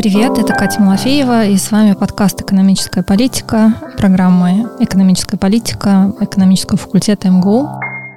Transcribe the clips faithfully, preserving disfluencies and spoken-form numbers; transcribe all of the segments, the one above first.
Привет, это Катя Малафеева, и с вами подкаст «Экономическая политика», программы «Экономическая политика» экономического факультета эм гэ у.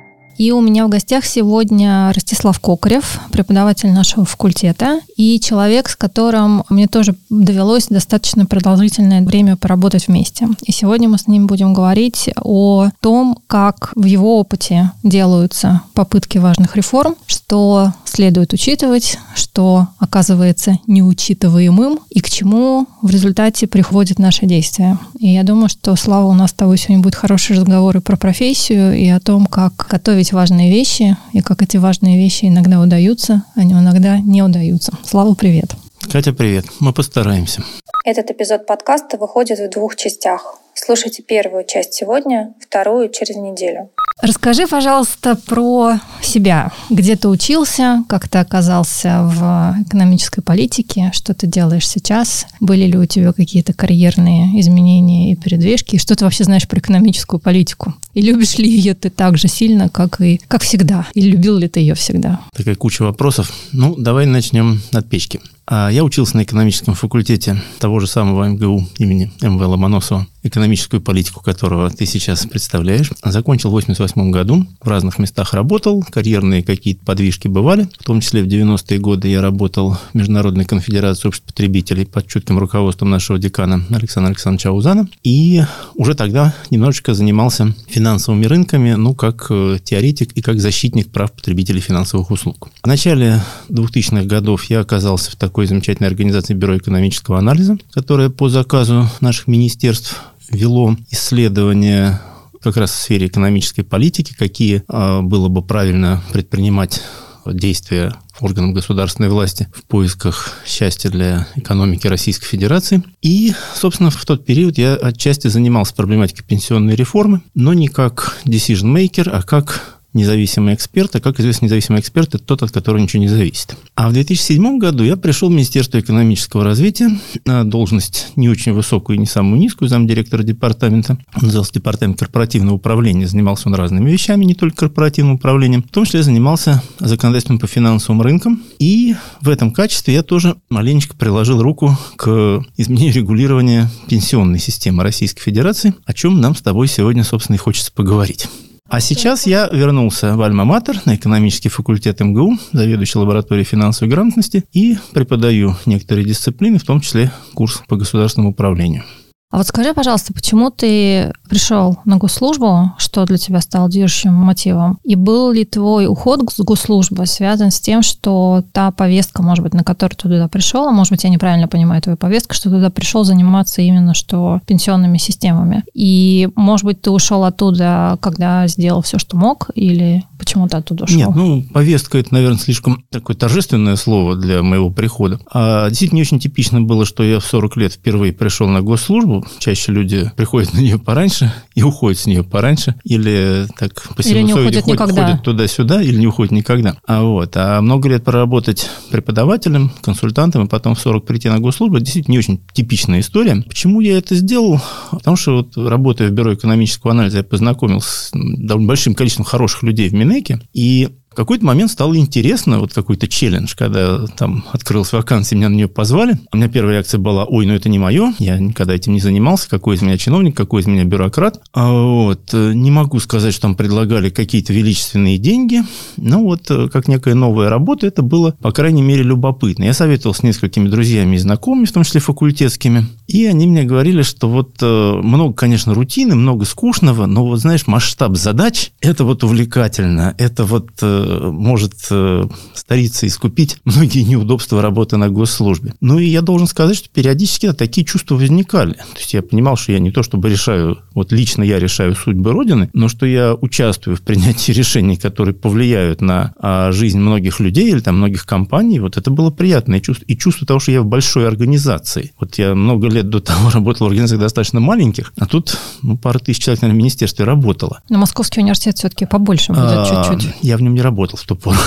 И у меня в гостях сегодня Ростислав Кокарев, преподаватель нашего факультета, и человек, с которым мне тоже довелось достаточно продолжительное время поработать вместе. И сегодня мы с ним будем говорить о том, как в его опыте делаются попытки важных реформ, что следует учитывать, что оказывается неучитываемым и к чему в результате приходят наши действия. И я думаю, что, Слава, у нас с тобой сегодня будет хороший разговор и про профессию, и о том, как готовить важные вещи, и как эти важные вещи иногда удаются, а иногда не удаются. Слава, привет. Катя, привет. Мы постараемся. Этот эпизод подкаста выходит в двух частях. Слушайте первую часть сегодня, вторую через неделю. Расскажи, пожалуйста, про себя. Где ты учился, как ты оказался в экономической политике, что ты делаешь сейчас, были ли у тебя какие-то карьерные изменения и передвижки, и что ты вообще знаешь про экономическую политику? И любишь ли ее ты так же сильно, как и как всегда? Или любил ли ты ее всегда? Такая куча вопросов. Ну, давай начнем от печки. Я учился на экономическом факультете того же самого эм гэ у имени эм вэ Ломоносова, экономическую политику которого ты сейчас представляешь. Закончил в восемьдесят восьмом году, в разных местах работал, карьерные какие-то подвижки бывали, в том числе в девяностые годы я работал в Международной конфедерации обществ потребителей под чутким руководством нашего декана Александра Александровича Аузана, и уже тогда немножечко занимался финансовыми рынками, ну, как теоретик и как защитник прав потребителей финансовых услуг. В начале двухтысячных годов я оказался в такой замечательной организации Бюро экономического анализа, которая по заказу наших министерств вело исследования как раз в сфере экономической политики, какие э, было бы правильно предпринимать действия органам государственной власти в поисках счастья для экономики Российской Федерации. И, собственно, в тот период я отчасти занимался проблематикой пенсионной реформы, но не как decision-maker, а как независимый эксперт, а, как известно, независимый эксперт – это тот, от которого ничего не зависит. А в две тысячи седьмом году я пришел в Министерство экономического развития на должность не очень высокую и не самую низкую, замдиректора департамента. Он назывался департамент корпоративного управления. Занимался он разными вещами, не только корпоративным управлением. В том числе занимался законодательством по финансовым рынкам. И в этом качестве я тоже маленечко приложил руку к изменению регулирования пенсионной системы Российской Федерации, о чем нам с тобой сегодня, собственно, и хочется поговорить. А сейчас я вернулся в Альма-Матер на экономический факультет эм гэ у, заведующий лабораторией финансовой грамотности, и преподаю некоторые дисциплины, в том числе курс по государственному управлению. А вот скажи, пожалуйста, почему ты пришел на госслужбу, что для тебя стало движущим мотивом? И был ли твой уход с госслужбы связан с тем, что та повестка, может быть, на которую ты туда пришел, а может быть, я неправильно понимаю твою повестку, что ты туда пришел заниматься именно что пенсионными системами? И, может быть, ты ушел оттуда, когда сделал все, что мог, или почему ты оттуда ушел? Нет, ну, повестка – это, наверное, слишком такое торжественное слово для моего прихода. А действительно, не очень типично было, что я в сорок лет впервые пришел на госслужбу. Чаще люди приходят на нее пораньше и уходят с нее пораньше, или так по синусоиде ходят, ходят туда-сюда, или не уходят никогда. А, вот. а много лет проработать преподавателем, консультантом, и потом в сорок прийти на госслужбу – действительно не очень типичная история. Почему я это сделал? Потому что, вот, работая в Бюро экономического анализа, я познакомился с довольно большим количеством хороших людей в Минэке, и в какой-то момент стало интересно, вот какой-то челлендж, когда там открылась вакансия, меня на нее позвали. У меня первая реакция была: ой, ну это не мое, я никогда этим не занимался, какой из меня чиновник, какой из меня бюрократ. А вот, не могу сказать, что там предлагали какие-то величественные деньги, но вот как некая новая работа, это было, по крайней мере, любопытно. Я советовал с несколькими друзьями и знакомыми, в том числе факультетскими, и они мне говорили, что вот много, конечно, рутины, много скучного, но вот, знаешь, масштаб задач – это вот увлекательно, это вот может стариться искупить многие неудобства работы на госслужбе. Ну, и я должен сказать, что периодически да, такие чувства возникали. То есть, я понимал, что я не то чтобы решаю, вот лично я решаю судьбы Родины, но что я участвую в принятии решений, которые повлияют на жизнь многих людей или там многих компаний. Вот это было приятное чувство. И чувство того, что я в большой организации. Вот я много лет до того работал в организациях достаточно маленьких, а тут ну, пара тысяч человек, наверное, в министерстве работало. Но Московский университет все-таки побольше будет а, чуть-чуть. Я в нем не работал в ту пору.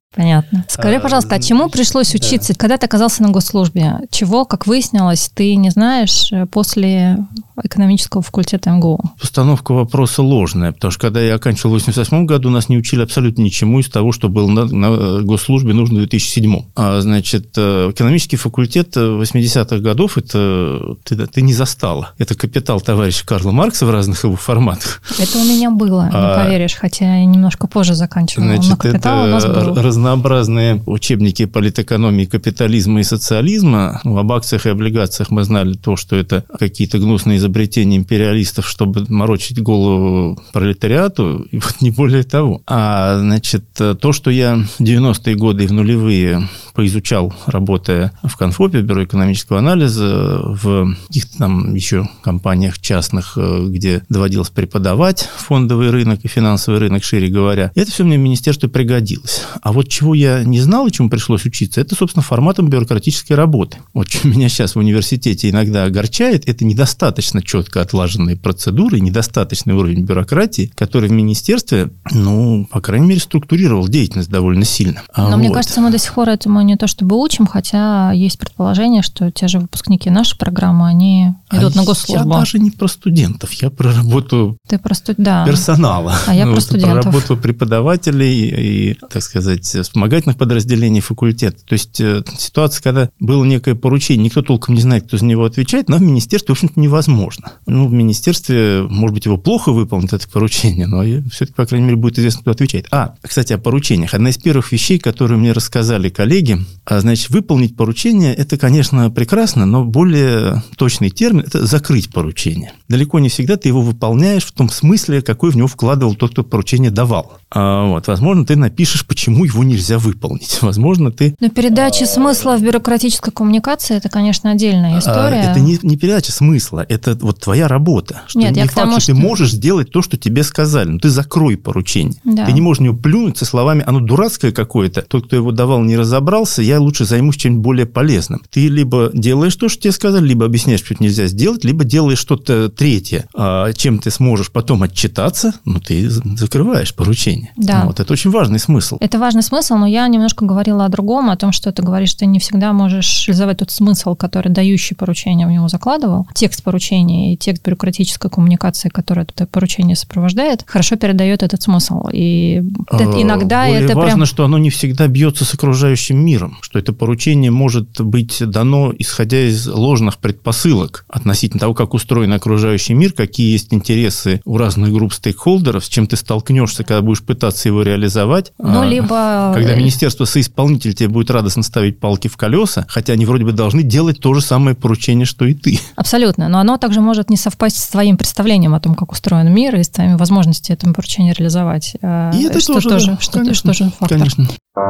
Понятно. Скажи, пожалуйста, а чему пришлось учиться, да. когда ты оказался на госслужбе? Чего, как выяснилось, ты не знаешь после экономического факультета эм гэ у? Постановка вопроса ложная, потому что когда я оканчивал в восемьдесят восьмом году, нас не учили абсолютно ничему из того, что было на, на госслужбе нужно в две тысячи седьмом. А, значит, экономический факультет восьмидесятых годов это ты, ты не застала. Это «Капитал» товарища Карла Маркса в разных его форматах. Это у меня было, не а, поверишь, хотя я немножко позже заканчивала. Значит, но «Капитал» у нас был. Разнообразные учебники политэкономии, капитализма и социализма. Об акциях и облигациях мы знали то, что это какие-то гнусные изобретения империалистов, чтобы морочить голову пролетариату, и вот не более того. А, значит, то, что я в девяностые годы и в нулевые поизучал, работая в Конфопе, Бюро экономического анализа, в каких-то там еще компаниях частных, где доводилось преподавать фондовый рынок и финансовый рынок, шире говоря, это все мне в министерстве пригодилось. А вот чего я не знал и чему пришлось учиться, это, собственно, форматом бюрократической работы. Вот что меня сейчас в университете иногда огорчает, это недостаточно четко отлаженные процедуры, недостаточный уровень бюрократии, который в министерстве, ну, по крайней мере, структурировал деятельность довольно сильно. Но вот. Мне кажется, мы до сих пор этому не то чтобы учим, хотя есть предположение, что те же выпускники нашей программы, они идут а на госслужбу. Я даже не про студентов, я про работу Ты про студ... да. персонала. А я ну, про студентов. Про работу преподавателей и, так сказать, вспомогательных подразделений факультета. То есть ситуация, когда было некое поручение, никто толком не знает, кто за него отвечает, но в министерстве, в общем-то, невозможно. Ну, в министерстве, может быть, его плохо выполнит это поручение, но все-таки, по крайней мере, будет известно, кто отвечает. А, кстати, о поручениях. Одна из первых вещей, которые мне рассказали коллеги, значит, выполнить поручение – это, конечно, прекрасно, но более точный термин – это закрыть поручение. Далеко не всегда ты его выполняешь в том смысле, какой в него вкладывал тот, кто поручение давал. А, вот, возможно, ты напишешь, почему его нельзя выполнить. Возможно, ты... Но передача смысла в бюрократической коммуникации – это, конечно, отдельная история. А, это не, не передача смысла, это вот твоя работа. Что Нет, не я факт, тому, что, что ты можешь сделать то, что тебе сказали, но ты закрой поручение. Да. Ты не можешь в него плюнуть со словами «оно дурацкое какое-то», тот, кто его давал, не разобрался, я лучше займусь чем-нибудь более полезным. Ты либо делаешь то, что тебе сказали, либо объясняешь, что это нельзя сделать, либо делаешь что-то третье, чем ты сможешь потом отчитаться, но ты закрываешь поручение. Да. Вот, это очень важный смысл. Это важный смысл, но я немножко говорила о другом, о том, что ты говоришь, что ты не всегда можешь реализовать тот смысл, который дающий поручение в него закладывал. Текст поручения и текст бюрократической коммуникации, который это поручение сопровождает, хорошо передает этот смысл. И а, иногда более это важно, прям... что оно не всегда бьется с окружающим миром, что это поручение может быть дано, исходя из ложных предпосылок относительно того, как устроен окружающий мир, какие есть интересы у разных групп стейкхолдеров, с чем ты столкнешься, когда будешь пытаться его реализовать. Ну, либо... Когда министерство соисполнитель тебе будет радостно ставить палки в колеса, хотя они вроде бы должны делать то же самое поручение, что и ты. Абсолютно, но оно также может не совпасть с твоим представлением о том, как устроен мир, и с твоими возможностями это поручение реализовать. И это что тоже, тоже, да, что, конечно, что же фактор. Конечно.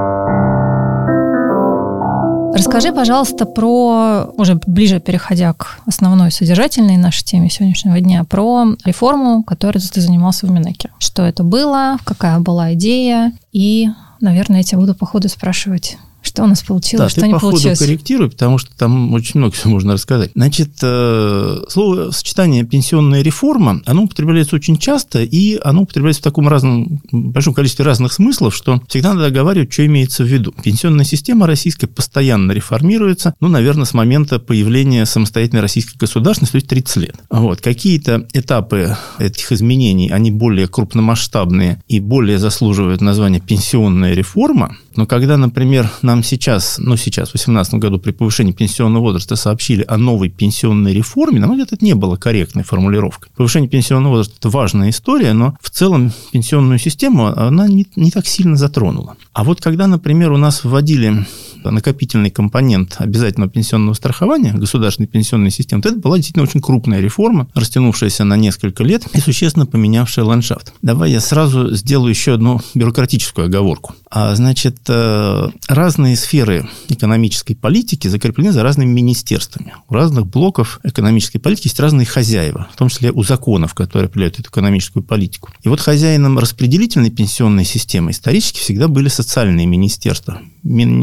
Расскажи, пожалуйста, про, уже ближе переходя к основной содержательной нашей теме сегодняшнего дня, про реформу, которой ты занимался в Минэке. Что это было, какая была идея, и, наверное, я тебя буду по ходу спрашивать, что у нас получилось, да, что ты не по получилось. Ходу корректируй, потому что там очень много всего можно рассказать. Значит, словосочетание «пенсионная реформа», оно употребляется очень часто, и оно употребляется в таком разном, большом количестве разных смыслов, что всегда надо оговаривать, что имеется в виду. Пенсионная система российская постоянно реформируется, ну, наверное, с момента появления самостоятельной российской государственности, то есть тридцать лет. Вот. Какие-то этапы этих изменений, они более крупномасштабные и более заслуживают названия «пенсионная реформа». Но когда, например, нам сейчас, ну сейчас, в две тысячи восемнадцатом году при повышении пенсионного возраста сообщили о новой пенсионной реформе, на мой взгляд, это не было корректной формулировкой. Повышение пенсионного возраста – это важная история, но в целом пенсионную систему она не, не так сильно затронула. А вот когда, например, у нас вводили накопительный компонент обязательного пенсионного страхования государственной пенсионной системы, то это была действительно очень крупная реформа, растянувшаяся на несколько лет и существенно поменявшая ландшафт. Давай я сразу сделаю еще одну бюрократическую оговорку. А, значит, разные сферы экономической политики закреплены за разными министерствами. У разных блоков экономической политики есть разные хозяева, в том числе у законов, которые определяют эту экономическую политику. И вот хозяином распределительной пенсионной системы исторически всегда были социальные министерства. Министерство труда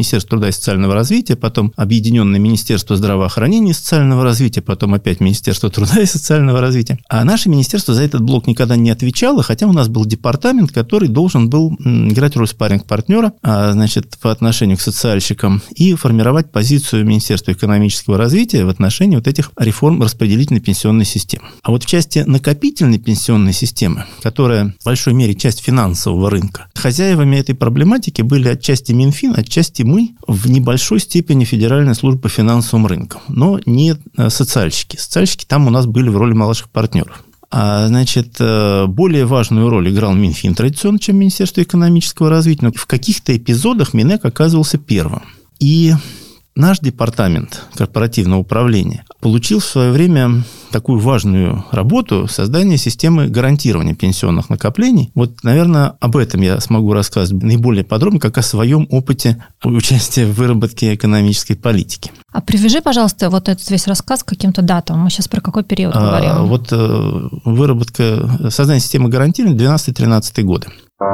труда и социального развития, потом Объединенное министерство здравоохранения и социального развития, потом опять Министерство труда и социального развития. А наше министерство за этот блок никогда не отвечало, хотя у нас был департамент, который должен был играть роль спарринг-партнера, значит, по отношению к социальщикам и формировать позицию Министерства экономического развития в отношении вот этих реформ распределительной пенсионной системы. А вот в части накопительной пенсионной системы, которая в большой мере часть финансового рынка, хозяевами этой проблематики были отчасти Минфин, отчасти мы, в небольшой степени Федеральная служба по финансовым рынкам, но не социальщики. Социальщики там у нас были в роли младших партнеров. А, значит, более важную роль играл Минфин традиционно, чем Министерство экономического развития, но в каких-то эпизодах Минэк оказывался первым. И наш департамент корпоративного управления получил в свое время такую важную работу создания системы гарантирования пенсионных накоплений. Вот, наверное, об этом я смогу рассказывать наиболее подробно, как о своем опыте участия в выработке экономической политики. А привяжи, пожалуйста, вот этот весь рассказ к каким-то датам. Мы сейчас про какой период а, говорим? Вот выработка, создание системы гарантирования двенадцатый-тринадцатый годы.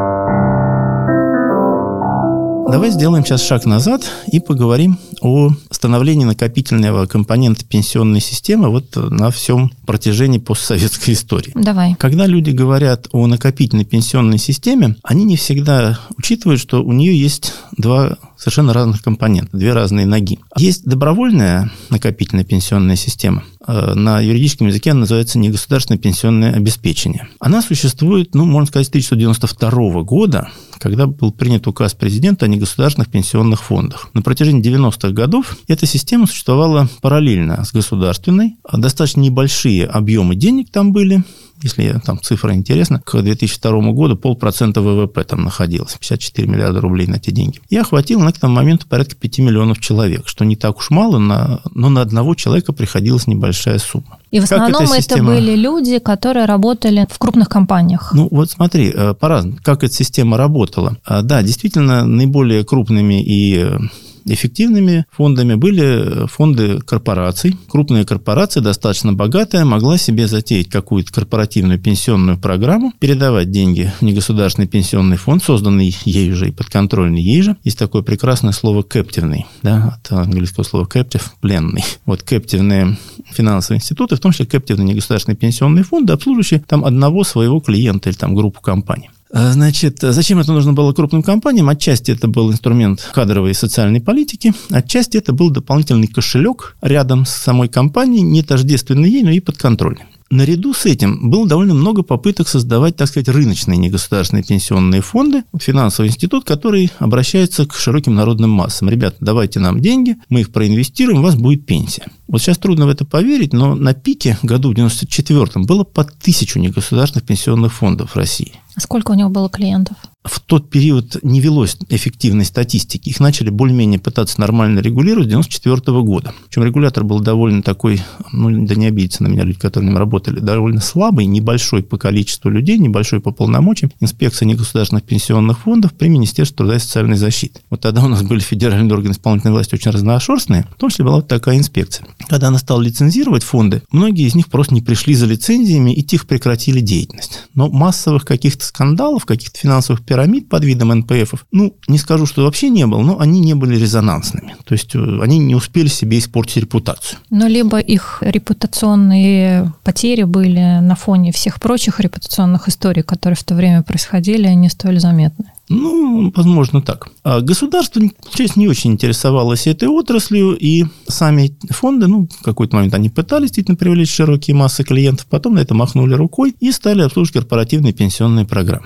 Давай сделаем сейчас шаг назад и поговорим о становлении накопительного компонента пенсионной системы вот на всем протяжении постсоветской истории. Давай. Когда люди говорят о накопительной пенсионной системе, они не всегда учитывают, что у нее есть два совершенно разных компонента, две разные ноги. Есть добровольная накопительная пенсионная система. На юридическом языке она называется негосударственное пенсионное обеспечение. Она существует, ну, можно сказать, с тысяча девятьсот девяносто второго года, когда был принят указ президента о негосударственных пенсионных фондах. На протяжении девяностых годов эта система существовала параллельно с государственной. Достаточно небольшие объемы денег там были. Если там цифра интересна, к две тысячи второму году полпроцента ВВП там находилось, пятьдесят четыре миллиарда рублей на те деньги. И охватило на этом момент порядка пяти миллионов человек, что не так уж мало, на, но на одного человека приходилась небольшая сумма. И в основном это система... были люди, которые работали в крупных компаниях. Ну, вот смотри, по-разному, как эта система работала. Да, действительно, наиболее крупными и эффективными фондами были фонды корпораций. Крупная корпорация, достаточно богатая, могла себе затеять какую-то корпоративную пенсионную программу, передавать деньги в негосударственный пенсионный фонд, созданный ею же и подконтрольный ей же. Есть такое прекрасное слово «кэптивный», да, от английского слова «captive» – «пленный». Вот кэптивные финансовые институты, в том числе кэптивные негосударственные пенсионные фонды, обслуживающие там одного своего клиента или там группу компаний. Значит, зачем это нужно было крупным компаниям? Отчасти это был инструмент кадровой и социальной политики, отчасти это был дополнительный кошелек рядом с самой компанией, не тождественный ей, но и подконтрольный. Наряду с этим было довольно много попыток создавать, так сказать, рыночные негосударственные пенсионные фонды, финансовый институт, который обращается к широким народным массам. Ребята, давайте нам деньги, мы их проинвестируем, у вас будет пенсия. Вот сейчас трудно в это поверить, но на пике году в девяносто четвёртом было под тысячу негосударственных пенсионных фондов в России. А сколько у него было клиентов? В тот период не велось эффективной статистики. Их начали более-менее пытаться нормально регулировать с девяносто четвёртого года. Причем регулятор был довольно такой, ну, да не обидится на меня люди, которые на нем работали, довольно слабый, небольшой по количеству людей, небольшой по полномочиям. Инспекция негосударственных пенсионных фондов при Министерстве труда и социальной защиты. Вот тогда у нас были федеральные органы исполнительной власти очень разношерстные, в том числе была вот такая инспекция. Когда она стала лицензировать фонды, многие из них просто не пришли за лицензиями и тихо прекратили деятельность. Но массовых каких-то скандалов, каких-то финансовых пирамид под видом эн пэ эфов, ну, не скажу, что вообще не было, но они не были резонансными. То есть они не успели себе испортить репутацию. Ну, либо их репутационные потери были на фоне всех прочих репутационных историй, которые в то время происходили, не столь заметны. Ну, возможно, так. А государство, честно, не очень интересовалось этой отраслью, и сами фонды, ну, в какой-то момент они пытались действительно привлечь широкие массы клиентов, потом на это махнули рукой и стали обслуживать корпоративные пенсионные программы.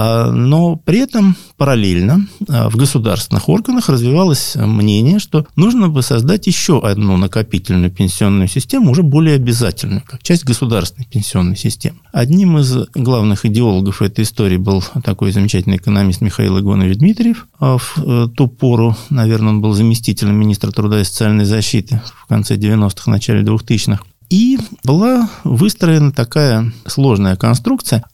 Но при этом параллельно в государственных органах развивалось мнение, что нужно бы создать еще одну накопительную пенсионную систему, уже более обязательную, как часть государственной пенсионной системы. Одним из главных идеологов этой истории был такой замечательный экономист Михаил Игонович Дмитриев. В ту пору, наверное, он был заместителем министра труда и социальной защиты в конце девяностых, начале двухтысячных. И была выстроена такая сложная конструкция.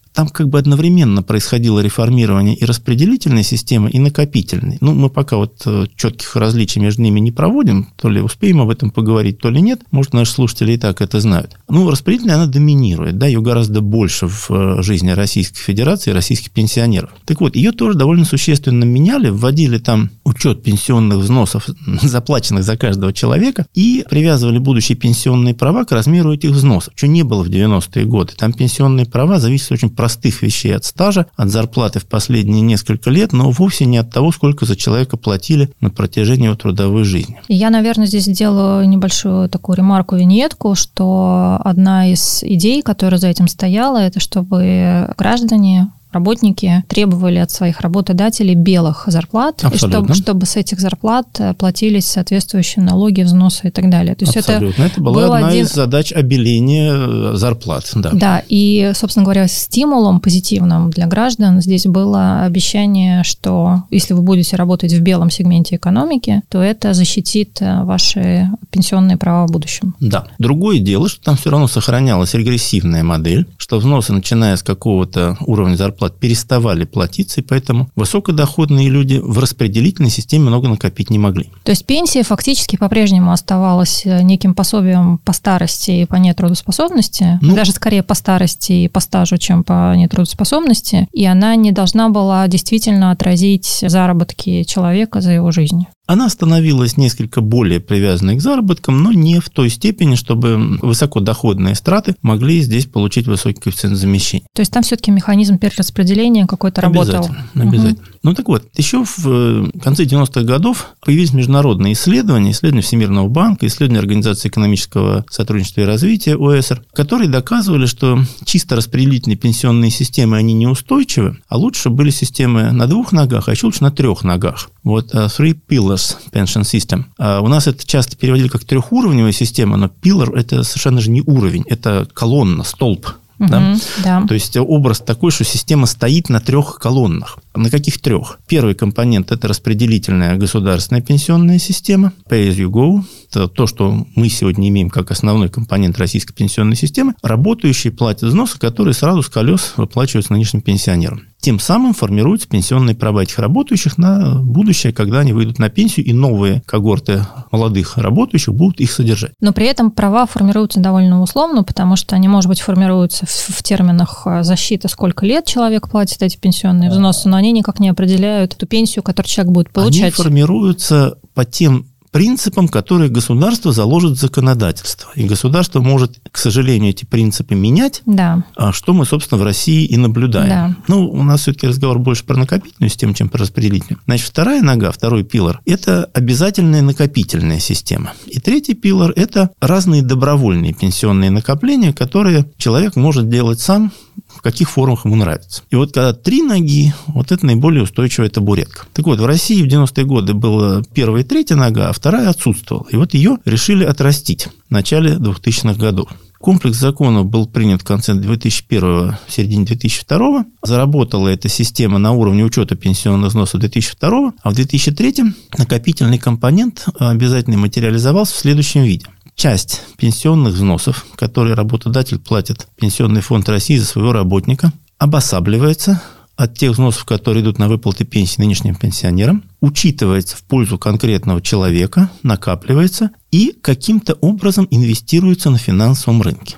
там как бы одновременно происходило реформирование и распределительной системы, и накопительной. Ну, мы пока вот четких различий между ними не проводим, то ли успеем об этом поговорить, то ли нет. Может, наши слушатели и так это знают. Ну, распределительная, она доминирует, да, ее гораздо больше в жизни Российской Федерации и российских пенсионеров. Так вот, ее тоже довольно существенно меняли, вводили там учет пенсионных взносов, заплаченных за каждого человека, и привязывали будущие пенсионные права к размеру этих взносов, что не было в девяностые годы. Там пенсионные права зависят от очень простых вещей, от стажа, от зарплаты в последние несколько лет, но вовсе не от того, сколько за человека платили на протяжении его трудовой жизни. Я, наверное, здесь сделаю небольшую такую ремарку, виньетку, что одна из идей, которая за этим стояла, это чтобы граждане, работники требовали от своих работодателей белых зарплат, и чтобы, чтобы с этих зарплат платились соответствующие налоги, взносы и так далее. То есть Абсолютно. Это, это была одна один... из задач обеления зарплат. Да. да, и, собственно говоря, стимулом позитивным для граждан здесь было обещание, что если вы будете работать в белом сегменте экономики, то это защитит ваши пенсионные права в будущем. Да. Другое дело, что там все равно сохранялась регрессивная модель, что взносы, начиная с какого-то уровня зарплаты, переставали платиться, и поэтому высокодоходные люди в распределительной системе много накопить не могли. То есть пенсия фактически по-прежнему оставалась неким пособием по старости и по нетрудоспособности, ну, даже скорее по старости и по стажу, чем по нетрудоспособности, и она не должна была действительно отразить заработки человека за его жизнь. Она становилась несколько более привязанной к заработкам, но не в той степени, чтобы высокодоходные страты могли здесь получить высокий коэффициент замещения. То есть там все-таки механизм перераспределения какой-то работал? Обязательно. обязательно. Угу. Ну так вот, еще в конце девяностых годов появились международные исследования, исследования Всемирного банка, исследования Организации экономического сотрудничества и развития ОЭСР, которые доказывали, что чисто распределительные пенсионные системы, они неустойчивы, а лучше были системы на двух ногах, а еще лучше на трех ногах. Вот three pillars pension system. А у нас это часто переводили как трехуровневая система, но pillar – это совершенно же не уровень, это колонна, столб. Угу, да? Да. То есть образ такой, что система стоит на трех колоннах. На каких трех? Первый компонент – это распределительная государственная пенсионная система, pay as you go. Это то, что мы сегодня имеем как основной компонент российской пенсионной системы. Работающие платят взносы, которые сразу с колес выплачиваются нынешним пенсионерам. Тем самым формируются пенсионные права этих работающих на будущее, когда они выйдут на пенсию, и новые когорты молодых работающих будут их содержать. Но при этом права формируются довольно условно, потому что они, может быть, формируются в, в терминах защиты, сколько лет человек платит эти пенсионные взносы, но они никак не определяют ту пенсию, которую человек будет получать. Они формируются по тем принципам, которые государство заложит в законодательство. И государство может, к сожалению, эти принципы менять, да. Что мы, собственно, в России и наблюдаем. Да. Ну, у нас все-таки разговор больше про накопительную систему, чем про распределительную. Значит, вторая нога, второй пилар – это обязательная накопительная система. И третий пилар – это разные добровольные пенсионные накопления, которые человек может делать сам, в каких формах ему нравится. И вот когда три ноги, вот это наиболее устойчивая табуретка. Так вот, в России в девяностые годы была первая и третья нога, а вторая отсутствовала. И вот ее решили отрастить в начале двухтысячных годов. Комплекс законов был принят в конце две тысячи первого, в середине две тысячи второго. Заработала эта система на уровне учета пенсионных взносов две тысячи второго, а в две тысячи третьем накопительный компонент обязательно материализовался в следующем виде. Часть пенсионных взносов, которые работодатель платит в Пенсионный фонд России за своего работника, обосабливается от тех взносов, которые идут на выплаты пенсии нынешним пенсионерам, учитывается в пользу конкретного человека, накапливается и каким-то образом инвестируется на финансовом рынке.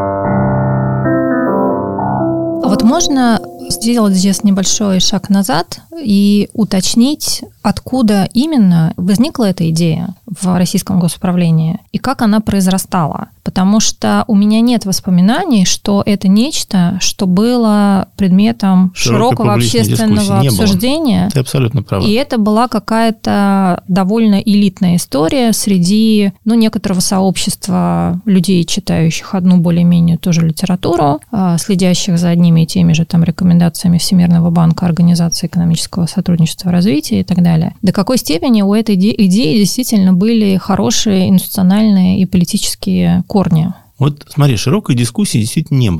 Вот можно сделать здесь небольшой шаг назад и уточнить, откуда именно возникла эта идея в российском госуправлении и как она произрастала. Потому что у меня нет воспоминаний, что это нечто, что было предметом широкого общественного обсуждения. Ты абсолютно права. И это была какая-то довольно элитная история среди, ну, некоторого сообщества людей, читающих одну более-менее ту же литературу, следящих за одними и теми же там рекомендациями Всемирного банка, Организации экономического сотрудничества и развития и так далее. До какой степени у этой идеи действительно были хорошие институциональные и политические корни? Вот смотри, широкой дискуссии действительно не было.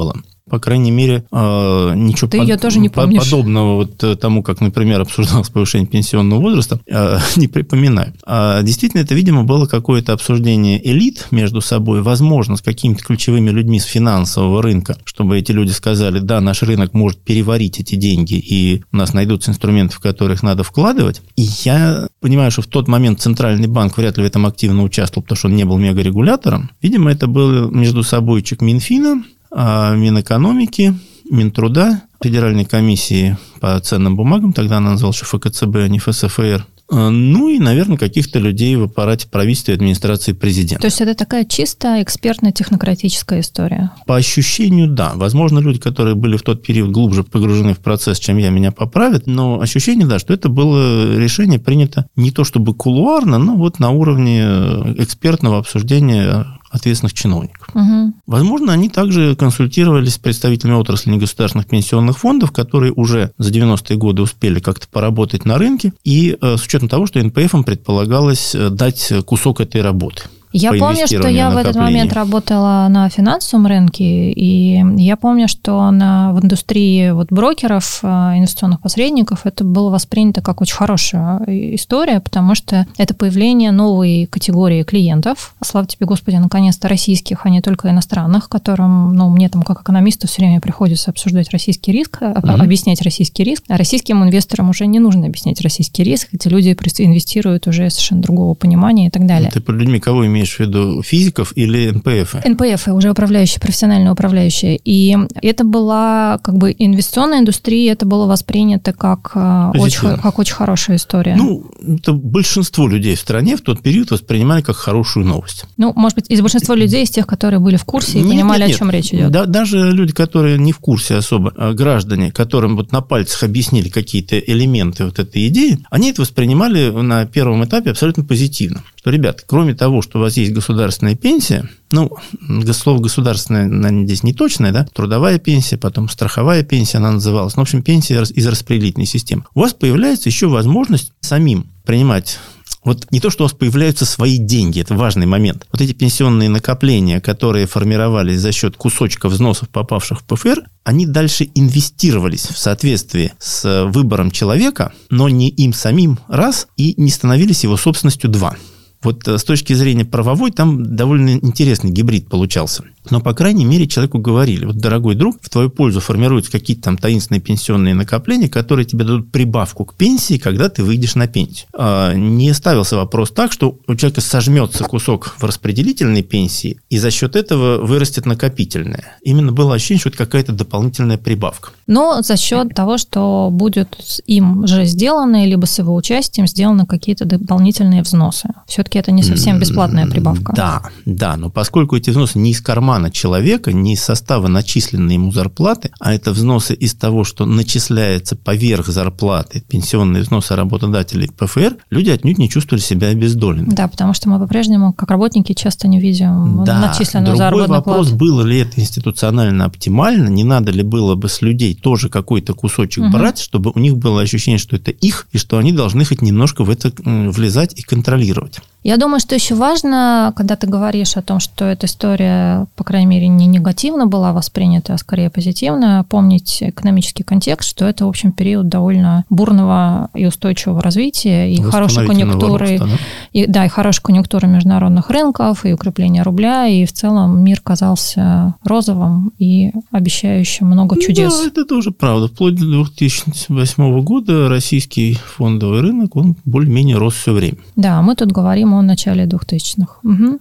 По крайней мере, ничего Ты под... ее тоже не помнишь. Подобного вот тому, как, например, обсуждалось повышение пенсионного возраста, не припоминаю. Действительно, это, видимо, было какое-то обсуждение элит между собой, возможно, с какими-то ключевыми людьми с финансового рынка, чтобы эти люди сказали, да, наш рынок может переварить эти деньги, и у нас найдутся инструменты, в которые их надо вкладывать. И я понимаю, что в тот момент Центральный банк вряд ли в этом активно участвовал, потому что он не был мегарегулятором. Видимо, это был между собойчик Минфина, Минэкономики, Минтруда, Федеральной комиссии по ценным бумагам, тогда она называлась еще эф ка цэ бэ, а не эф эс эф эр, ну и, наверное, каких-то людей в аппарате правительства и администрации президента. То есть это такая чисто экспертно-технократическая история? По ощущению, да. Возможно, люди, которые были в тот период глубже погружены в процесс, чем я, меня поправят, но ощущение, да, что это было решение принято не то чтобы кулуарно, но вот на уровне экспертного обсуждения ответственных чиновников. Угу. Возможно, они также консультировались с представителями отрасли негосударственных пенсионных фондов, которые уже за девяностые годы успели как-то поработать на рынке, и с учетом того, что эн пэ эфам предполагалось дать кусок этой работы. Я помню, что я в этот момент работала на финансовом рынке, и я помню, что на, в индустрии вот брокеров, инвестиционных посредников это было воспринято как очень хорошая история, потому что это появление новой категории клиентов. Слава тебе, Господи, наконец-то российских, а не только иностранных, которым, ну, мне там как экономисту все время приходится обсуждать российский риск, mm-hmm. объяснять российский риск. А российским инвесторам уже не нужно объяснять российский риск, эти люди инвестируют уже совершенно другого понимания и так далее. Ты под людьми кого имеешь в виду, физиков или эн пэ эфы? эн пэ эфы, уже управляющие, профессионально управляющие. И это была как бы инвестиционная индустрия, это было воспринято как очень, как очень хорошая история. Ну, это большинство людей в стране в тот период воспринимали как хорошую новость. Ну, может быть, из большинства людей, из тех, которые были в курсе и нет, понимали, нет, нет. о чем речь идет. Да, даже люди, которые не в курсе особо, а граждане, которым вот на пальцах объяснили какие-то элементы вот этой идеи, они это воспринимали на первом этапе абсолютно позитивно. Что, ребят, кроме того, что у вас есть государственная пенсия, ну, слово государственное, наверное, здесь не точное, да, трудовая пенсия, потом страховая пенсия она называлась, ну, в общем, пенсия из распределительной системы. У вас появляется еще возможность самим принимать. Вот не то, что у вас появляются свои деньги, это важный момент. Вот эти пенсионные накопления, которые формировались за счет кусочков взносов, попавших в пэ эф эр, они дальше инвестировались в соответствии с выбором человека, но не им самим, раз, и не становились его собственностью, два. Вот с точки зрения правовой там довольно интересный гибрид получался. Но, по крайней мере, человеку говорили, вот, дорогой друг, в твою пользу формируются какие-то там таинственные пенсионные накопления, которые тебе дадут прибавку к пенсии, когда ты выйдешь на пенсию. А не ставился вопрос так, что у человека сожмется кусок в распределительной пенсии, и за счет этого вырастет накопительная. Именно было ощущение, что это какая-то дополнительная прибавка. Но за счет того, что будет им же сделано, либо с его участием сделаны какие-то дополнительные взносы. Все-таки это не совсем бесплатная прибавка. Да, да, но поскольку эти взносы не из кармана человека, не из состава начисленной ему зарплаты, а это взносы из того, что начисляется поверх зарплаты, пенсионные взносы работодателей пэ эф эр, люди отнюдь не чувствовали себя обездоленными. Да, потому что мы по-прежнему, как работники, часто не видим да, начисленную заработную плату. Другой вопрос, было ли это институционально оптимально, не надо ли было бы с людей тоже какой-то кусочек угу. брать, чтобы у них было ощущение, что это их, и что они должны хоть немножко в это влезать и контролировать. Я думаю, что еще важно, когда ты говоришь о том, что эта история, по крайней мере, не негативно была воспринята, а скорее позитивно, помнить экономический контекст, что это, в общем, период довольно бурного и устойчивого развития, и хорошей конъюнктуры, роста, да? И, да, и хорошей конъюнктуры международных рынков, и укрепления рубля, и в целом мир казался розовым и обещающим много чудес. Да, это тоже правда. Вплоть до две тысячи восьмого года российский фондовый рынок, он более-менее рос все время. Да, мы тут говорим о начале двухтысячных. Угу.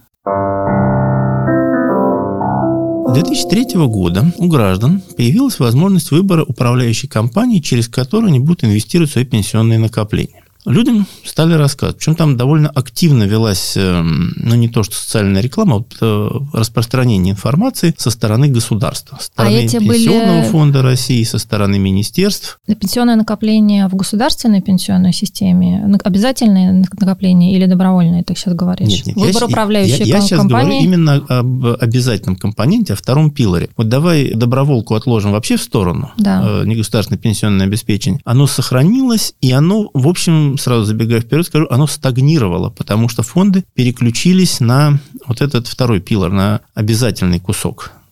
С две тысячи третьего года у граждан появилась возможность выбора управляющей компании, через которую они будут инвестировать в свои пенсионные накопления. Людям стали рассказывать. Причем там довольно активно велась, ну, не то что социальная реклама, а вот распространение информации со стороны государства. Со стороны а Пенсионного были... фонда России, со стороны министерств. Пенсионное накопление в государственной пенсионной системе, обязательное накопление или добровольное, ты сейчас говоришь? Нет, нет. Выбор я, управляющей я, я компании? сейчас говорю именно об обязательном компоненте, о втором пилоре. Вот давай доброволку отложим вообще в сторону, да. Негосударственное пенсионное обеспечение. Оно сохранилось, и оно, в общем, сразу забегая вперед, скажу, оно стагнировало, потому что фонды переключились на вот этот второй пилор, на обязательный кусок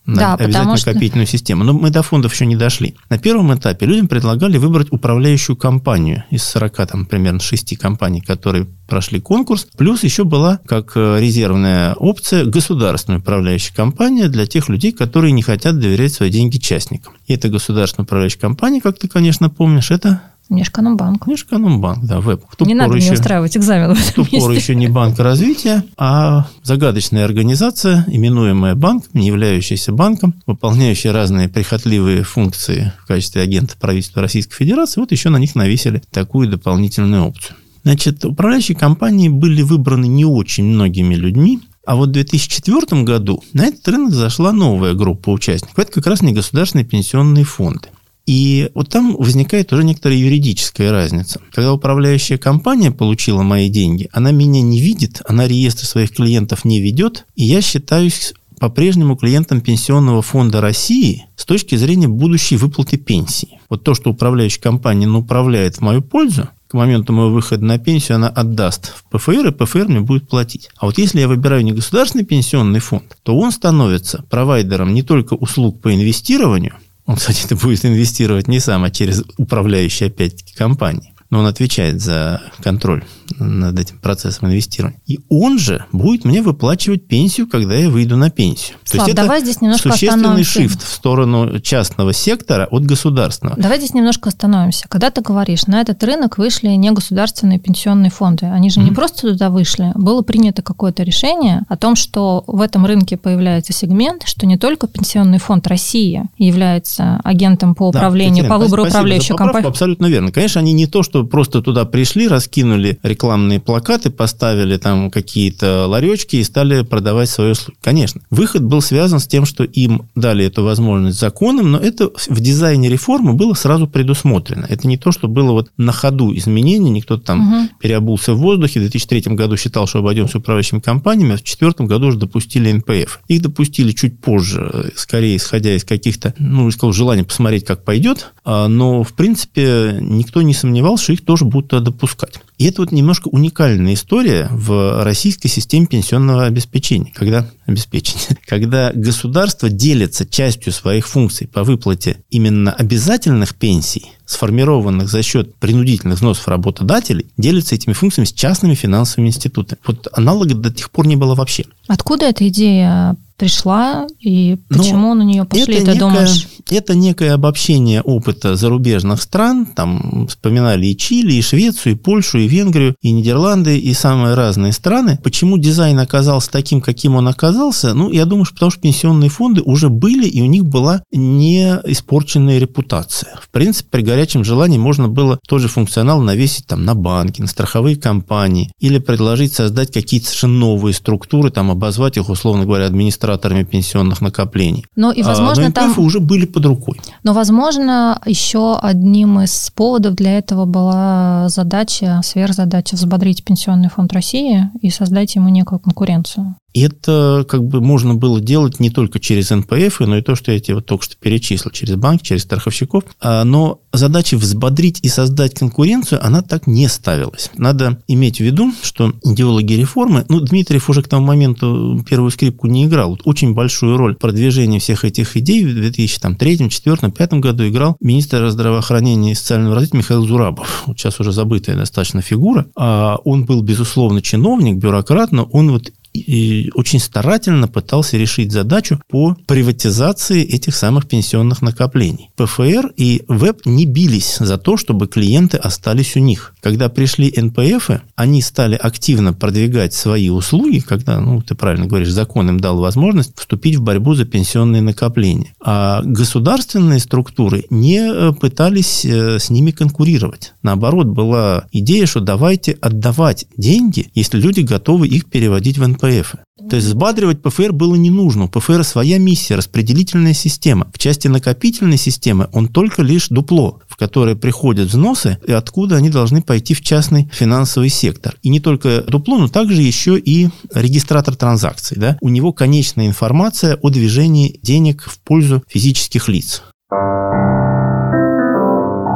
Да, обязательно что... накопительную систему. Но мы до фондов еще не дошли. На первом этапе людям предлагали выбрать управляющую компанию из сорока, там, примерно шести компаний, которые прошли конкурс. Плюс еще была, как резервная опция, государственная управляющая компания для тех людей, которые не хотят доверять свои деньги частникам. И эта государственная управляющая компания, как ты, конечно, помнишь, это... Внешэкономбанк. Внешэкономбанк, да, веб. Не надо мне устраивать экзамен в этом В ту пору еще не банк развития, а загадочная организация, именуемая банк, не являющаяся банком, выполняющая разные прихотливые функции в качестве агента правительства Российской Федерации, вот еще на них навесили такую дополнительную опцию. Значит, управляющие компании были выбраны не очень многими людьми, а вот в две тысячи четвёртом году на этот рынок зашла новая группа участников. Это как раз негосударственные пенсионные фонды. И вот там возникает уже некоторая юридическая разница. Когда управляющая компания получила мои деньги, она меня не видит, она реестр своих клиентов не ведет, и я считаюсь по-прежнему клиентом Пенсионного фонда России с точки зрения будущей выплаты пенсии. Вот то, что управляющая компания направляет в мою пользу, к моменту моего выхода на пенсию она отдаст в ПФР, и ПФР мне будет платить. А вот если я выбираю не государственный пенсионный фонд, то он становится провайдером не только услуг по инвестированию, он, кстати, это будет инвестировать не сам, а через управляющие, опять-таки, компании. Но он отвечает за контроль над этим процессом инвестирования. И он же будет мне выплачивать пенсию, когда я выйду на пенсию. Слав, То есть давай это здесь немножко существенный остановимся. шифт в сторону частного сектора от государственного. Давай здесь немножко остановимся. Когда ты говоришь, на этот рынок вышли негосударственные пенсионные фонды, они же mm-hmm. не просто туда вышли, было принято какое-то решение о том, что в этом рынке появляется сегмент, что не только Пенсионный фонд России является агентом по управлению, да, по выбору управляющей компании. Абсолютно верно. Конечно, они не то, что просто туда пришли, раскинули рекламные плакаты, поставили там какие-то ларечки и стали продавать свои услуги. Конечно. Выход был связан с тем, что им дали эту возможность законом, но это в дизайне реформы было сразу предусмотрено. Это не то, что было вот на ходу изменений, никто там угу. переобулся в воздухе. В две тысячи третьем году считал, что обойдемся управляющими компаниями, а в две тысячи четвёртом году уже допустили эн пэ эф. Их допустили чуть позже, скорее исходя из каких-то, ну, я сказал, желания посмотреть, как пойдет, но, в принципе, никто не сомневался, что их тоже будут допускать. И это вот немножко уникальная история в российской системе пенсионного обеспечения, когда, обеспечения, когда государство делится частью своих функций по выплате именно обязательных пенсий, сформированных за счет принудительных взносов работодателей, делится этими функциями с частными финансовыми институтами. Вот аналога до тех пор не было вообще. Откуда эта идея пришла и почему Но на нее пошли, это ты некое, думаешь? Это некое обобщение опыта зарубежных стран. Там вспоминали и Чили, и Швецию, и Польшу, и Венгрию, и Нидерланды, и самые разные страны. Почему дизайн оказался таким, каким он оказался? Ну, я думаю, что потому что пенсионные фонды уже были, и у них была не испорченная репутация. В принципе, при горячем желании можно было тот же функционал навесить там, на банки, на страховые компании, или предложить создать какие-то совершенно новые структуры, там, обозвать их, условно говоря, администраторами пенсионных накоплений. Но и, возможно, а, но эн пэ эф там... уже были под рукой. Но, возможно, еще одним из поводов для этого была задача, сверхзадача взбодрить Пенсионный фонд России и создать ему некую конкуренцию. Это как бы можно было делать не только через эн пэ эф, но и то, что я тебе вот только что перечислил, через банк, через страховщиков. Но задача взбодрить и создать конкуренцию, она так не ставилась. Надо иметь в виду, что идеологи реформы, ну, Дмитриев уже к тому моменту первую скрипку не играл. Вот очень большую роль в продвижении всех этих идей в две тысячи третьем, две тысячи четвёртом, две тысячи пятом году играл министр здравоохранения и социального развития Михаил Зурабов. Вот сейчас уже забытая достаточно фигура. Он был, безусловно, чиновник, бюрократ, но он вот и очень старательно пытался решить задачу по приватизации этих самых пенсионных накоплений. пэ эф эр и ВЭП не бились за то, чтобы клиенты остались у них. Когда пришли эн пэ эфы, они стали активно продвигать свои услуги, когда, ну, ты правильно говоришь, закон им дал возможность вступить в борьбу за пенсионные накопления. А государственные структуры не пытались с ними конкурировать. Наоборот, была идея, что давайте отдавать деньги, если люди готовы их переводить в эн пэ эфы. То есть взбадривать пэ эф эр было не нужно. У пэ эф эр своя миссия, распределительная система. В части накопительной системы он только лишь дупло, в которое приходят взносы, и откуда они должны пойти в частный финансовый сектор. И не только дупло, но также еще и регистратор транзакций. Да? У него конечная информация о движении денег в пользу физических лиц.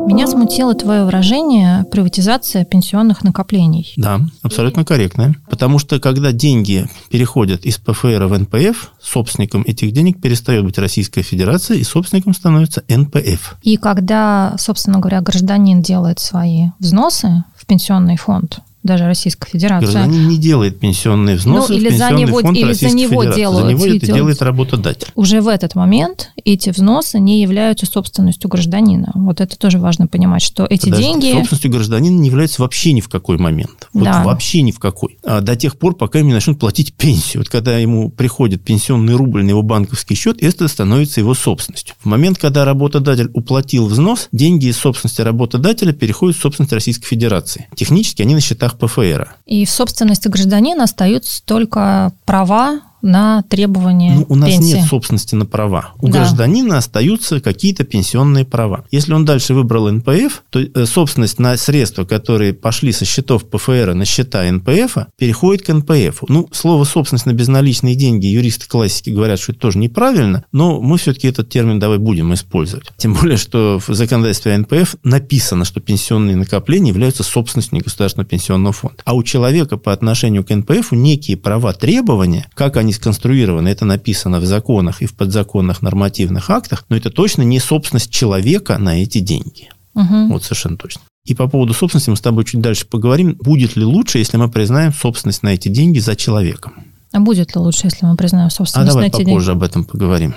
Меня смутило твое выражение «приватизация пенсионных накоплений». Да, абсолютно корректное. Потому что, когда деньги переходят из ПФР в эн пэ эф, собственником этих денег перестает быть Российская Федерация, и собственником становится эн пэ эф. И когда, собственно говоря, гражданин делает свои взносы в пенсионный фонд, даже Российская Федерация. Гражданин не делает пенсионные взносы ну, или в пенсионный за него, фонд или Российской за него Федерации. Делают, за него это делают. делает работодатель. Уже в этот момент эти взносы не являются собственностью гражданина. Вот это тоже важно понимать, что эти Подожди, деньги... собственностью гражданина не являются вообще ни в какой момент. Вот да. вообще ни в какой. А до тех пор, пока им не начнут платить пенсию. Вот когда ему приходит пенсионный рубль на его банковский счет, это становится его собственностью. В момент, когда работодатель уплатил взнос, деньги из собственности работодателя переходят в собственность Российской Федерации. Технически они на счетах ПФР. И в собственности гражданина остаются только права на требования ну, у нас пенсии. нет собственности на права. У да. гражданина остаются какие-то пенсионные права. Если он дальше выбрал эн пэ эф, то собственность на средства, которые пошли со счетов ПФР на счета эн пэ эф, переходит к эн пэ эф. Ну, слово «собственность на безналичные деньги» юристы классики говорят, что это тоже неправильно, но мы все-таки этот термин давай будем использовать. Тем более, что в законодательстве эн пэ эф написано, что пенсионные накопления являются собственностью негосударственного пенсионного фонда. А у человека по отношению к эн пэ эф некие права, требования, как они сконструированы, это написано в законах и в подзаконных нормативных актах, но это точно не собственность человека на эти деньги. Угу. Вот совершенно точно. И по поводу собственности мы с тобой чуть дальше поговорим. Будет ли лучше, если мы признаем собственность на эти деньги за человеком? А будет ли лучше, если мы признаем собственность а на эти деньги? А давай попозже об этом поговорим.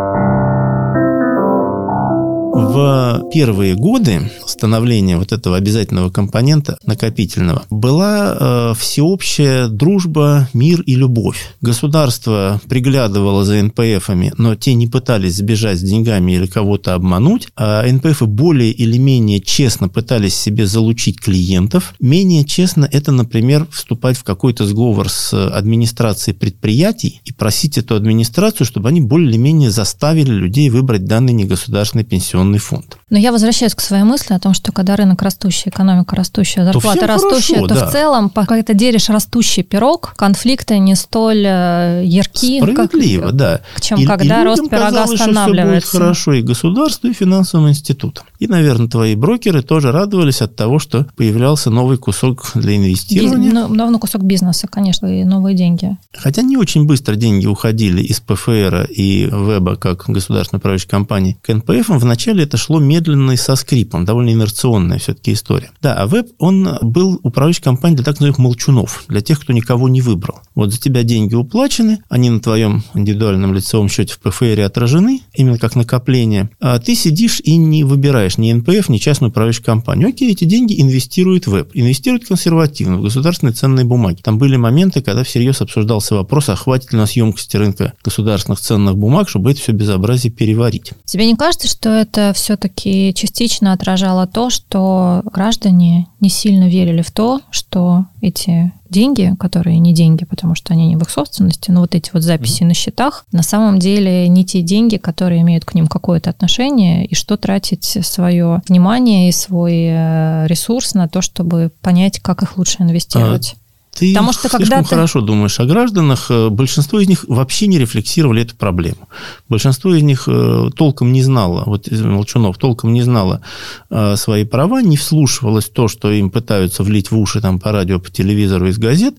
В первые годы становления вот этого обязательного компонента накопительного была э, всеобщая дружба, мир и любовь. Государство приглядывало за эн пэ эфами, но те не пытались сбежать с деньгами или кого-то обмануть, а эн пэ эфы более или менее честно пытались себе залучить клиентов. Менее честно это, например, вступать в какой-то сговор с администрацией предприятий и просить эту администрацию, чтобы они более-менее заставили людей выбрать данный негосударственный пенсионный фонд. Но я возвращаюсь к своей мысли о том, что когда рынок растущий, экономика растущая, зарплата растущая, хорошо, то да. в целом, пока ты делишь растущий пирог, конфликты не столь ярки, Справедливо, как, да. чем и, когда и рост пирога казалось, останавливается. Что все будет хорошо и государству, и финансовым институтам. И, наверное, твои брокеры тоже радовались от того, что появлялся новый кусок для инвестирования. Биз... Новый кусок бизнеса, конечно, и новые деньги. Хотя не очень быстро деньги уходили из ПФР и ВЭБа, как государственной управляющей компании, к эн пэ эфам. Вначале это шло медленно и со скрипом, довольно инерционная все-таки история. Да, а ВЭБ, он был управляющей компанией для так называемых молчунов, для тех, кто никого не выбрал. Вот за тебя деньги уплачены, они на твоем индивидуальном лицевом счете в ПФР отражены, именно как накопление, а ты сидишь и не выбираешь ни эн пэ эф, ни частную управляющую компанию. Окей, эти деньги инвестирует ВЭБ, инвестирует консервативно в государственные ценные бумаги. Там были моменты, когда всерьез обсуждался вопрос, а хватит ли у нас емкости рынка государственных ценных бумаг, чтобы это все безобразие переварить. Тебе не кажется, что это все-таки частично отражало то, что граждане не сильно верили в то, что эти деньги, которые не деньги, потому что они не в их собственности, но вот эти вот записи mm-hmm. на счетах, на самом деле не те деньги, которые имеют к ним какое-то отношение, и что тратить свое внимание и свой ресурс на то, чтобы понять, как их лучше инвестировать. Ты Потому что слишком когда ты... хорошо думаешь о гражданах. Большинство из них вообще не рефлексировали эту проблему. Большинство из них толком не знало, вот из молчунов, толком не знало свои права, не вслушивалось в то, что им пытаются влить в уши там, по радио, по телевизору, из газет.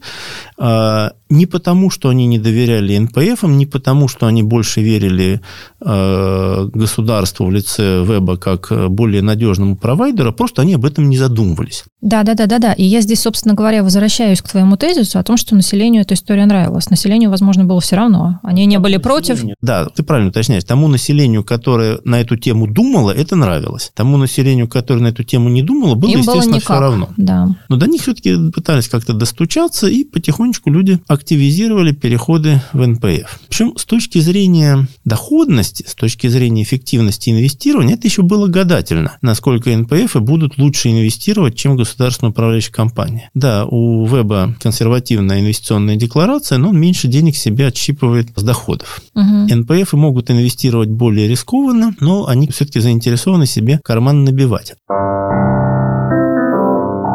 Не потому, что они не доверяли эн пэ эфам, не потому, что они больше верили государству в лице ВЭБа как более надежному провайдеру, просто они об этом не задумывались. Да, да, да, да, да. И я здесь, собственно говоря, возвращаюсь к твоему тезису о том, что населению эта история нравилась. Населению, возможно, было все равно. Они не были против. Да, ты правильно уточняешь. Тому населению, которое на эту тему думало, это нравилось. Тому населению, которое на эту тему не думало, было, Им естественно, было все равно. Да. Но до них все-таки пытались как-то достучаться, и потихонечку люди активизировали переходы в эн пэ эф. Причем с точки зрения доходности, с точки зрения эффективности инвестирования, это еще было гадательно, насколько эн пэ эфы будут лучше инвестировать, чем государственная управляющая компания. Да, у ВЭБа консервативная инвестиционная декларация, но он меньше денег себе отщипывает с доходов. Угу. эн пэ эфы могут инвестировать более рискованно, но они все-таки заинтересованы себе карман набивать.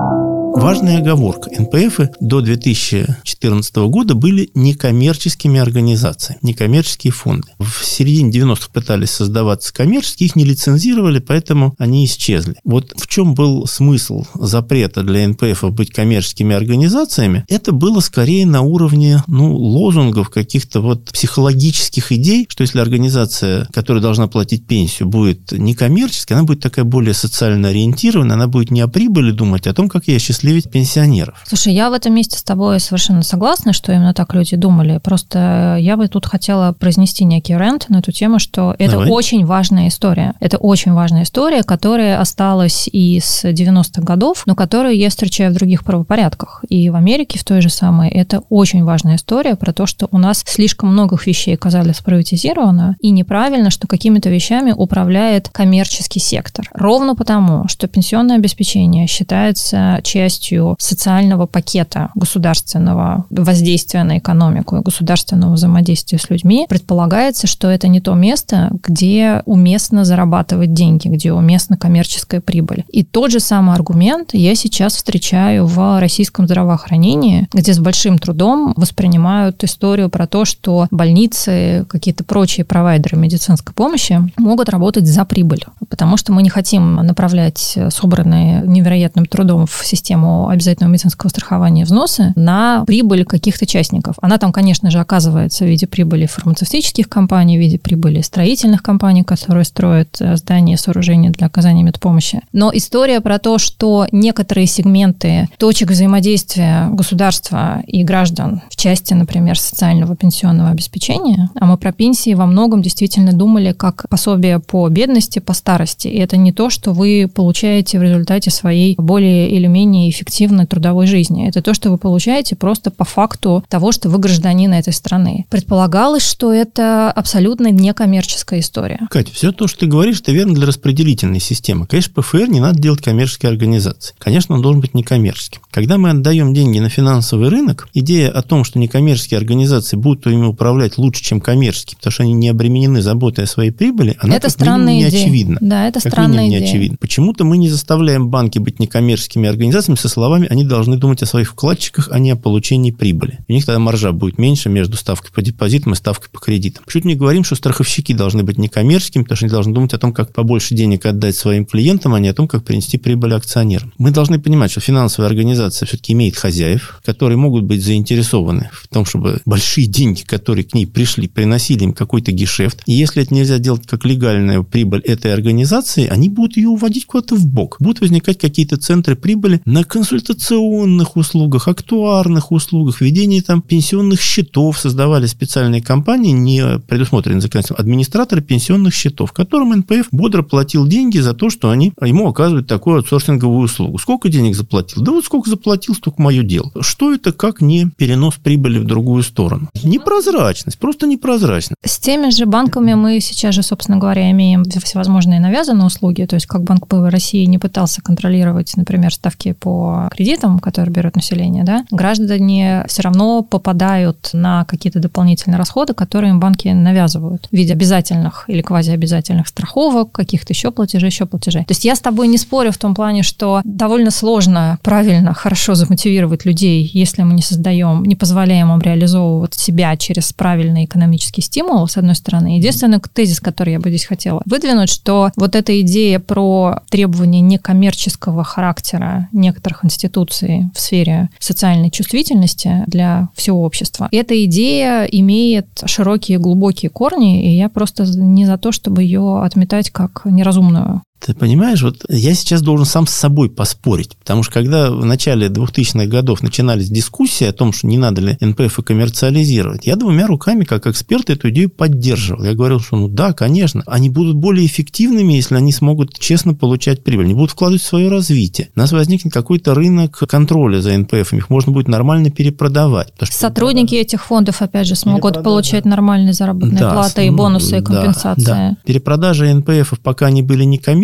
Важная оговорка. эн пэ эфы до две тысячи четырнадцатого года были некоммерческими организациями, некоммерческие фонды. В середине девяностых пытались создаваться коммерческие, их не лицензировали, поэтому они исчезли. Вот в чем был смысл запрета для эн пэ эфов быть коммерческими организациями? Это было скорее на уровне ну, лозунгов, каких-то вот психологических идей, что если организация, которая должна платить пенсию, будет некоммерческой, она будет такая более социально ориентированная, она будет не о прибыли думать, а о том, как ей осчастливить пенсионеров. Слушай, я в этом месте с тобой совершенно согласна, что именно так люди думали. Просто я бы тут хотела произнести некий рент на эту тему, что это Давай. очень важная история. Это очень важная история, которая осталась из девяностых годов, но которую я встречаю в других правопорядках. И в Америке в той же самой это очень важная история про то, что у нас слишком много вещей оказались приватизировано, и неправильно, что какими-то вещами управляет коммерческий сектор. Ровно потому, что пенсионное обеспечение считается частью социального пакета государственного воздействия на экономику и государственного взаимодействия с людьми, предполагается, что это не то место, где уместно зарабатывать деньги, где уместна коммерческая прибыль. И тот же самый аргумент я сейчас встречаю в российском здравоохранении, где с большим трудом воспринимают историю про то, что больницы, какие-то прочие провайдеры медицинской помощи могут работать за прибыль, потому что мы не хотим направлять собранные невероятным трудом в систему обязательного медицинского страхования взносы на прибыль каких-то частников. Она там, конечно же, оказывается в виде прибыли фармацевтических компаний, в виде прибыли строительных компаний, которые строят здания и сооружения для оказания медпомощи. Но история про то, что некоторые сегменты точек взаимодействия государства и граждан в части, например, социального пенсионного обеспечения, а мы про пенсии во многом действительно думали как пособие по бедности, по старости. И это не то, что вы получаете в результате своей более или менее эффективной трудовой жизни. Это то, что вы получаете просто по факту того, что вы гражданин этой страны. Предполагалось, что это абсолютно некоммерческая история. Катя, все то, что ты говоришь, это верно для распределительной системы. Конечно, пэ эф эр не надо делать коммерческой организацией. Конечно, он должен быть некоммерческим. Когда мы отдаем деньги на финансовый рынок, идея о том, что некоммерческие организации будут ими управлять лучше, чем коммерческие, потому что они не обременены заботой о своей прибыли, она это как минимум не идея. очевидна. Да, это как странная не идея. очевидно. Почему-то мы не заставляем банки быть некоммерческими организациями со словами, они должны думать о своих вкладчиках, а не о получении прибыли. У них тогда маржа будет меньше между ставкой по депозитам и ставкой по кредитам. Почему-то не говорим, что страховщики должны быть некоммерческими, потому что они должны думать о том, как побольше денег отдать своим клиентам, а не о том, как принести прибыль акционерам. Мы должны понимать, что финансовая организация все-таки имеет хозяев, которые могут быть заинтересованы в том, чтобы большие деньги, которые к ней пришли, приносили им какой-то гешефт. И если это нельзя делать как легальную прибыль этой организации, они будут ее уводить куда-то в бок. Будут возникать какие-то центры прибыли на консультационных услугах, актуарных услугах, ведении там пенсионных счетов. Создавали специальные компании, не предусмотренные законодательством, администраторы пенсионных счетов, которым эн пэ эф бодро платил деньги за то, что они ему оказывают такую аутсорсинговую услугу. Сколько денег заплатил? Да вот сколько заплатил, столько мое дело. Что это как не перенос прибыли в другую сторону? Непрозрачность, просто непрозрачность. С теми же банками мы сейчас же, собственно говоря, имеем всевозможные навязанные услуги, то есть как Банк П В России не пытался контролировать, например, ставки по кредитам, которые берет население, да, граждане все равно попадают на какие-то дополнительные расходы, которые им банки навязывают в виде обязательных или квазиобязательных страховок, каких-то еще платежей, еще платежей. То есть я с тобой не спорю в том плане, что довольно сложно правильно, хорошо замотивировать людей, если мы не создаем, не позволяем им реализовывать себя через правильный экономический стимул, с одной стороны. Единственный тезис, который я бы здесь хотела выдвинуть, что вот эта идея про требования некоммерческого характера некоторых институций в сфере социальной чувствительности для всего общества, эта идея имеет широкие глубокие корни, и я просто не за то, чтобы ее отметать как неразумную. Ты понимаешь, вот я сейчас должен сам с собой поспорить, потому что когда в начале двухтысячных годов начинались дискуссии о том, что не надо ли эн пэ эфы коммерциализировать, я двумя руками, как эксперт, эту идею поддерживал. Я говорил, что ну да, конечно, они будут более эффективными, если они смогут честно получать прибыль, не будут вкладывать в свое развитие. У нас возникнет какой-то рынок контроля за эн пэ эфами, их можно будет нормально перепродавать. Что, Сотрудники да, этих фондов, опять же, смогут получать нормальные заработные да, платы и бонусы, и компенсации. Да, да. Перепродажи эн пэ эфов, пока они были некоммерческими,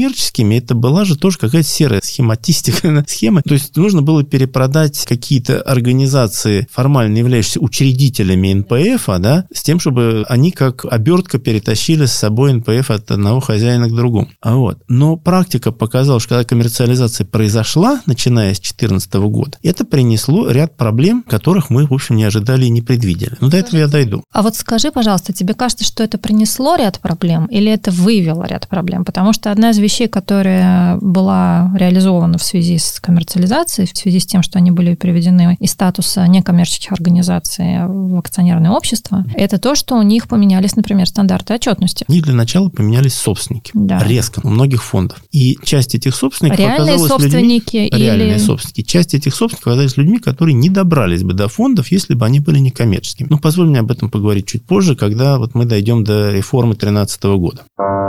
некоммерческими, это была же тоже какая-то серая схематистика, схема. То есть нужно было перепродать какие-то организации, формально являющиеся учредителями эн пэ эфа, да, с тем, чтобы они как обертка перетащили с собой эн пэ эф от одного хозяина к другому. А вот. Но практика показала, что когда коммерциализация произошла, начиная с две тысячи четырнадцатого года, это принесло ряд проблем, которых мы, в общем, не ожидали и не предвидели. Но до этого я дойду. А вот скажи, пожалуйста, тебе кажется, что это принесло ряд проблем или это вывело ряд проблем? Потому что одна из вещей, которая была реализована в связи с коммерциализацией, в связи с тем, что они были переведены из статуса некоммерческих организаций в акционерное общество, это то, что у них поменялись, например, стандарты отчетности. У них для начала поменялись собственники. Да. Резко, у многих фондов. И часть этих собственников реальные оказалась собственники людьми... или... Реальные собственники. Часть этих собственников оказались людьми, которые не добрались бы до фондов, если бы они были некоммерческими. Ну, позволь мне об этом поговорить чуть позже, когда вот мы дойдем до реформы две тысячи тринадцатого года.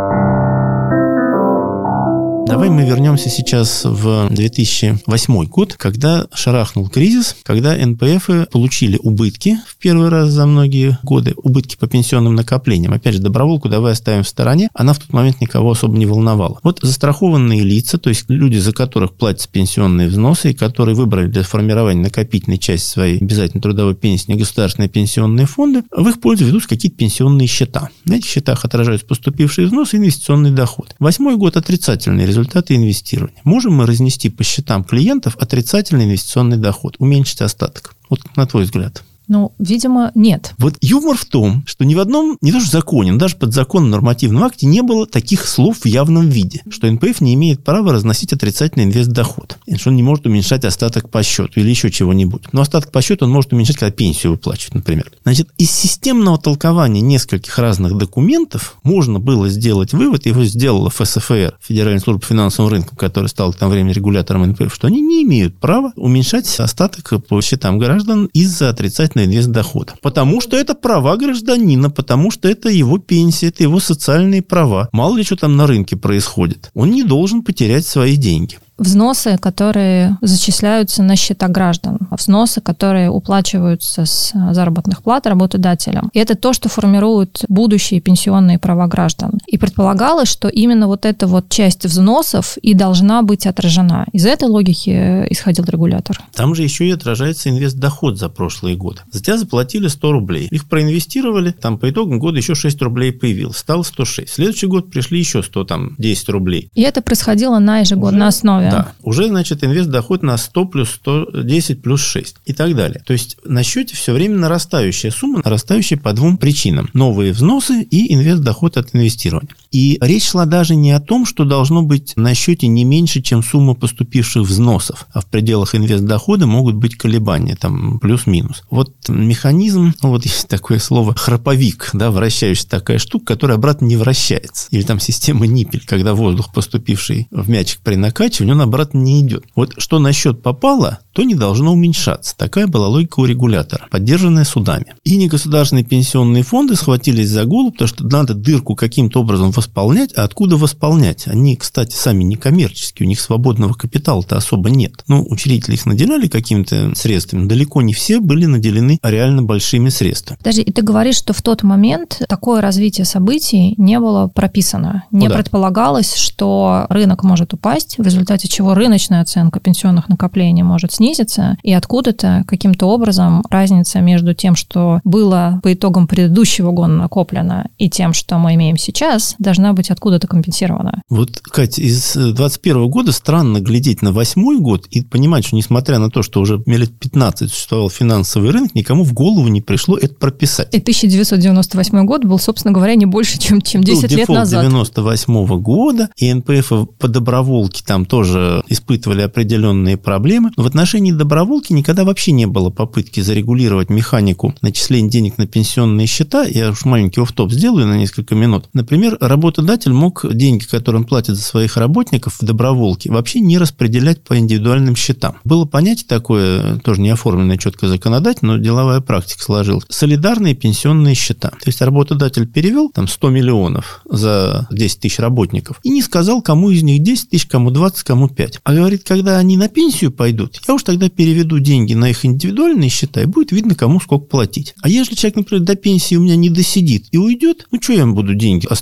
Давай мы вернемся сейчас в две тысячи восьмой год, когда шарахнул кризис, когда эн пэ эфы получили убытки в первый раз за многие годы, убытки по пенсионным накоплениям. Опять же, доброволку давай оставим в стороне, она в тот момент никого особо не волновала. Вот застрахованные лица, то есть люди, за которых платятся пенсионные взносы, и которые выбрали для формирования накопительной части своей обязательной трудовой пенсии негосударственные пенсионные фонды, в их пользу ведутся какие-то пенсионные счета. На этих счетах отражаются поступившие взносы и инвестиционный доход. Восьмой год отрицательный результат. Результаты инвестирования. Можем мы разнести по счетам клиентов отрицательный инвестиционный доход, уменьшить остаток? Вот на твой взгляд. Ну, видимо, нет. Вот юмор в том, что ни в одном, не то что законе, но даже подзаконном нормативном акте не было таких слов в явном виде, что эн пэ эф не имеет права разносить отрицательный инвестдоход, что он не может уменьшать остаток по счету или еще чего-нибудь. Но остаток по счету он может уменьшать, когда пенсию выплачивает, например. Значит, из системного толкования нескольких разных документов можно было сделать вывод, его сделала эф эс эф эр, Федеральная служба по финансовым рынкам, которая стала к тому времени регулятором эн пэ эф, что они не имеют права уменьшать остаток по счетам граждан из-за отрицательного инвестдохода. Потому что это права гражданина, потому что это его пенсия, это его социальные права. Мало ли что там на рынке происходит. Он не должен потерять свои деньги. Взносы, которые зачисляются на счета граждан, взносы, которые уплачиваются с заработных плат работодателям. И это то, что формирует будущие пенсионные права граждан. И предполагалось, что именно вот эта вот часть взносов и должна быть отражена. Из этой логики исходил регулятор. Там же еще и отражается инвестдоход за прошлые годы. За тебя заплатили сто рублей. Их проинвестировали, там по итогам года еще шесть рублей появилось. Стало сто шесть. В следующий год пришли еще сто, там, десять рублей. И это происходило на ежегодной Уже... основе. Да, уже, значит, инвестдоход на сто плюс сто десять плюс шесть и так далее. То есть на счете все время нарастающая сумма, нарастающая по двум причинам. Новые взносы и инвестдоход от инвестирования. И речь шла даже не о том, что должно быть на счете не меньше, чем сумма поступивших взносов, а в пределах инвестдохода могут быть колебания, там плюс-минус. Вот механизм, ну, вот есть такое слово храповик, да, вращающаяся такая штука, которая обратно не вращается. Или там система ниппель, когда воздух, поступивший в мячик при накачивании, он обратно не идет. Вот что на счет попало, то не должно уменьшаться. Такая была логика у регулятора, поддержанная судами. И негосударственные пенсионные фонды схватились за голову, потому что надо дырку каким-то образом восполнять. А откуда восполнять? Они, кстати, сами не коммерческие, у них свободного капитала-то особо нет. Ну, учредители их наделяли какими-то средствами, далеко не все были наделены реально большими средствами. Подожди, и ты говоришь, что в тот момент такое развитие событий не было прописано. Не ну, да. предполагалось, что рынок может упасть, в результате чего рыночная оценка пенсионных накоплений может снизиться, и откуда-то каким-то образом разница между тем, что было по итогам предыдущего года накоплено, и тем, что мы имеем сейчас, должна быть откуда-то компенсирована. Вот, Катя, из двадцать первого года странно глядеть на восьмой год и понимать, что несмотря на то, что уже лет пятнадцать существовал финансовый рынок, никому в голову не пришло это прописать. И тысяча девятьсот девяносто восьмой год был, собственно говоря, не больше, чем, чем десять лет назад. девяносто восьмого года, и эн пэ эф по доброволке там тоже испытывали определенные проблемы. Но в отношении доброволки никогда вообще не было попытки зарегулировать механику начисления денег на пенсионные счета. Я уж маленький офф-топ сделаю на несколько минут. Например, работодатель мог деньги, которые он платит за своих работников в доброволке, вообще не распределять по индивидуальным счетам. Было понятие такое, тоже не оформленное четко законодательно, но деловая практика сложилась. Солидарные пенсионные счета. То есть работодатель перевел там сто миллионов за десять тысяч работников и не сказал, кому из них десять тысяч, кому двадцать, кому пять. А говорит, когда они на пенсию пойдут, я уж тогда переведу деньги на их индивидуальные счета, и будет видно, кому сколько платить. А если человек, например, до пенсии у меня не досидит и уйдет, ну что я ему буду деньги оставлять,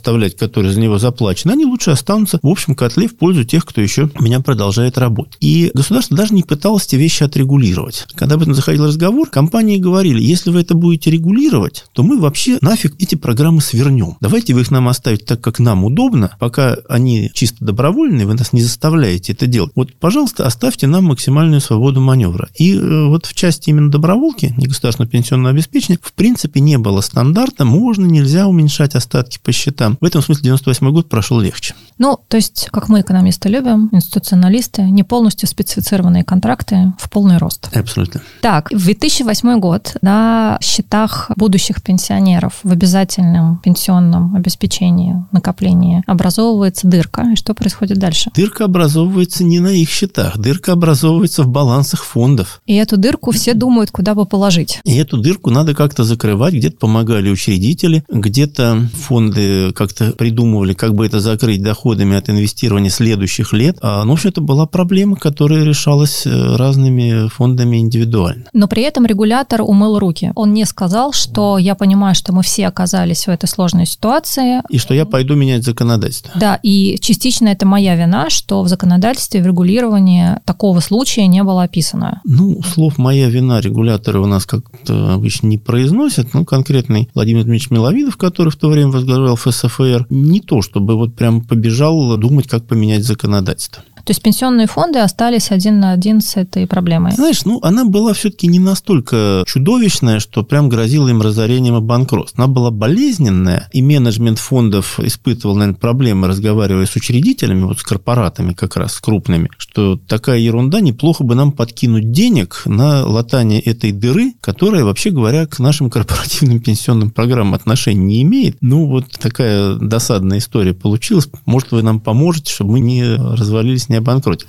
которые за него заплачены, они лучше останутся в общем котле в пользу тех, кто еще у меня продолжает работать. И государство даже не пыталось эти вещи отрегулировать. Когда об этом заходил разговор, компании говорили, если вы это будете регулировать, то мы вообще нафиг эти программы свернем. Давайте вы их нам оставите так, как нам удобно, пока они чисто добровольные, вы нас не заставляете это делать. Вот, пожалуйста, оставьте нам максимальную свободу маневра. И э, вот в части именно доброволки, негосударственного пенсионного обеспечения, в принципе, не было стандарта, можно, нельзя уменьшать остатки по счетам. В этом смысле девяносто восьмой год прошел легче. Ну, то есть, как мы, экономисты, любим, институционалисты, не полностью специфицированные контракты в полный рост. Абсолютно. Так, в две тысячи восьмой год на счетах будущих пенсионеров в обязательном пенсионном обеспечении, накоплении образовывается дырка. И что происходит дальше? Дырка образовывается не на их счетах, дырка образовывается в балансах фондов. И эту дырку все думают, куда бы положить. И эту дырку надо как-то закрывать. Где-то помогали учредители, где-то фонды как-то придумывали, как бы это закрыть доходами от инвестирования следующих лет. А, ну, в общем, это была проблема, которая решалась разными фондами индивидуально. Но при этом регулятор умыл руки. Он не сказал, что я понимаю, что мы все оказались в этой сложной ситуации. И что я пойду менять законодательство. Да, и частично это моя вина, что в законодательстве, в регулировании такого случая не было описано. Ну, слов «моя вина» регуляторы у нас как-то обычно не произносят. Ну, конкретный Владимир Дмитриевич Миловидов, который в то время возглавлял эф эс эф эр, не то, чтобы вот прям побежал думать, как поменять законодательство. То есть пенсионные фонды остались один на один с этой проблемой. Знаешь, ну, она была все-таки не настолько чудовищная, что прям грозила им разорением и банкротством. Она была болезненная, и менеджмент фондов испытывал, наверное, проблемы, разговаривая с учредителями, вот с корпоратами как раз, с крупными, что такая ерунда, неплохо бы нам подкинуть денег на латание этой дыры, которая, вообще говоря, к нашим корпоративным пенсионным программам отношения не имеет. Ну, вот такая досадная история получилась. Может, вы нам поможете, чтобы мы не развалились, не обанкротиться.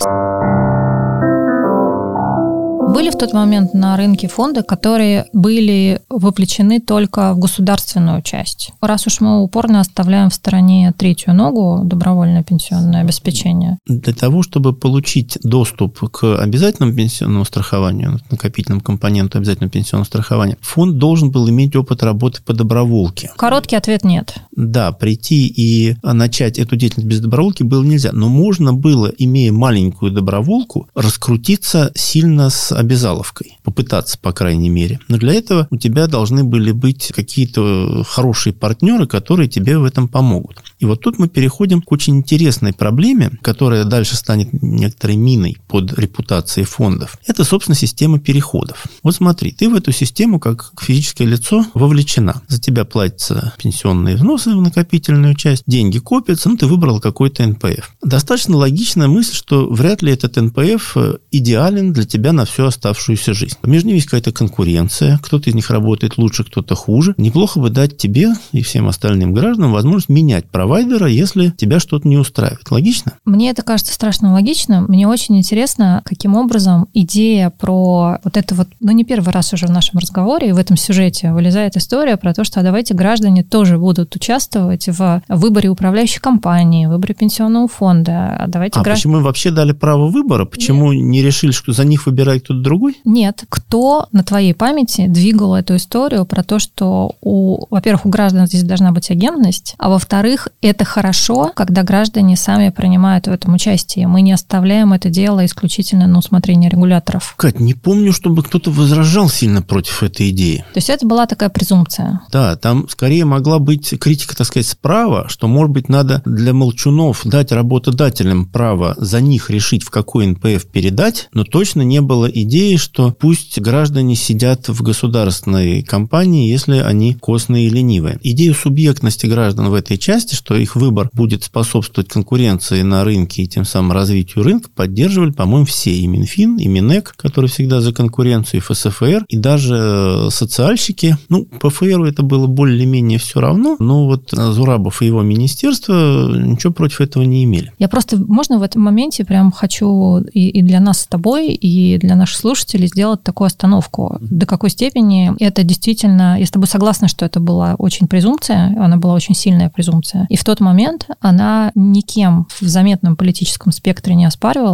Были в тот момент на рынке фонды, которые были вовлечены только в государственную часть. Раз уж мы упорно оставляем в стороне третью ногу, добровольное пенсионное обеспечение. Для того, чтобы получить доступ к обязательному пенсионному страхованию, накопительному компоненту обязательного пенсионного страхования, фонд должен был иметь опыт работы по доброволке. Короткий ответ – нет. Да, прийти и начать эту деятельность без доброволки было нельзя, но можно было, имея маленькую доброволку, раскрутиться сильно с обязаловкой, попытаться, по крайней мере. Но для этого у тебя должны были быть какие-то хорошие партнеры, которые тебе в этом помогут. И вот тут мы переходим к очень интересной проблеме, которая дальше станет некоторой миной под репутацией фондов. Это, собственно, система переходов. Вот смотри, ты в эту систему, как физическое лицо, вовлечена. За тебя платятся пенсионные взносы в накопительную часть, деньги копятся, ну, ты выбрал какой-то эн пэ эф. Достаточно логичная мысль, что вряд ли этот эн пэ эф идеален для тебя на всю оставшуюся жизнь. Между ними есть какая-то конкуренция, кто-то из них работает лучше, кто-то хуже. Неплохо бы дать тебе и всем остальным гражданам возможность менять провайдера, если тебя что-то не устраивает. Логично? Мне это кажется страшно логично. Мне очень интересно, каким образом идея про вот это вот, ну не первый раз уже в нашем разговоре, и в этом сюжете вылезает история про то, что а давайте граждане тоже будут участвовать в выборе управляющей компании, в выборе пенсионного фонда. А, давайте а гражд... почему им вообще дали право выбора? Почему Нет. не решили, что за них выбирает кто-то другой? Нет. Кто на твоей памяти двигал эту историю про то, что, у, во-первых, у граждан здесь должна быть агентность, а во-вторых, это хорошо, когда граждане сами принимают в этом участие. Мы не оставляем это дело исключительно на усмотрение регуляторов. Кать, не помню, чтобы кто-то возражал сильно против этой идеи. То есть это была такая презумпция? Да, там скорее могла быть критика, так сказать, справа, что, может быть, надо для молчунов дать работодателям право за них решить, в какой эн пэ эф передать, но точно не было идеи, что пусть граждане сидят в государственной компании, если они костные и ленивые. Идею субъектности граждан в этой части, что их выбор будет способствовать конкуренции на рынке и тем самым развитию рынка, поддерживали, по-моему, все. И Минфин, и Минэк, который всегда за конкуренцию, и эф эс эф эр, и даже социальщики. Ну, по эф эру это было более-менее все равно, но вот Зурабов и его министерство ничего против этого не имели. Я просто, можно в этом моменте прям хочу и, и для нас с тобой, и для наших слушателей сделать такую остановку. До какой степени это действительно... Я с тобой согласна, что это была очень презумпция, она была очень сильная презумпция. И в тот момент она никем в заметном политическом спектре не оспаривалась.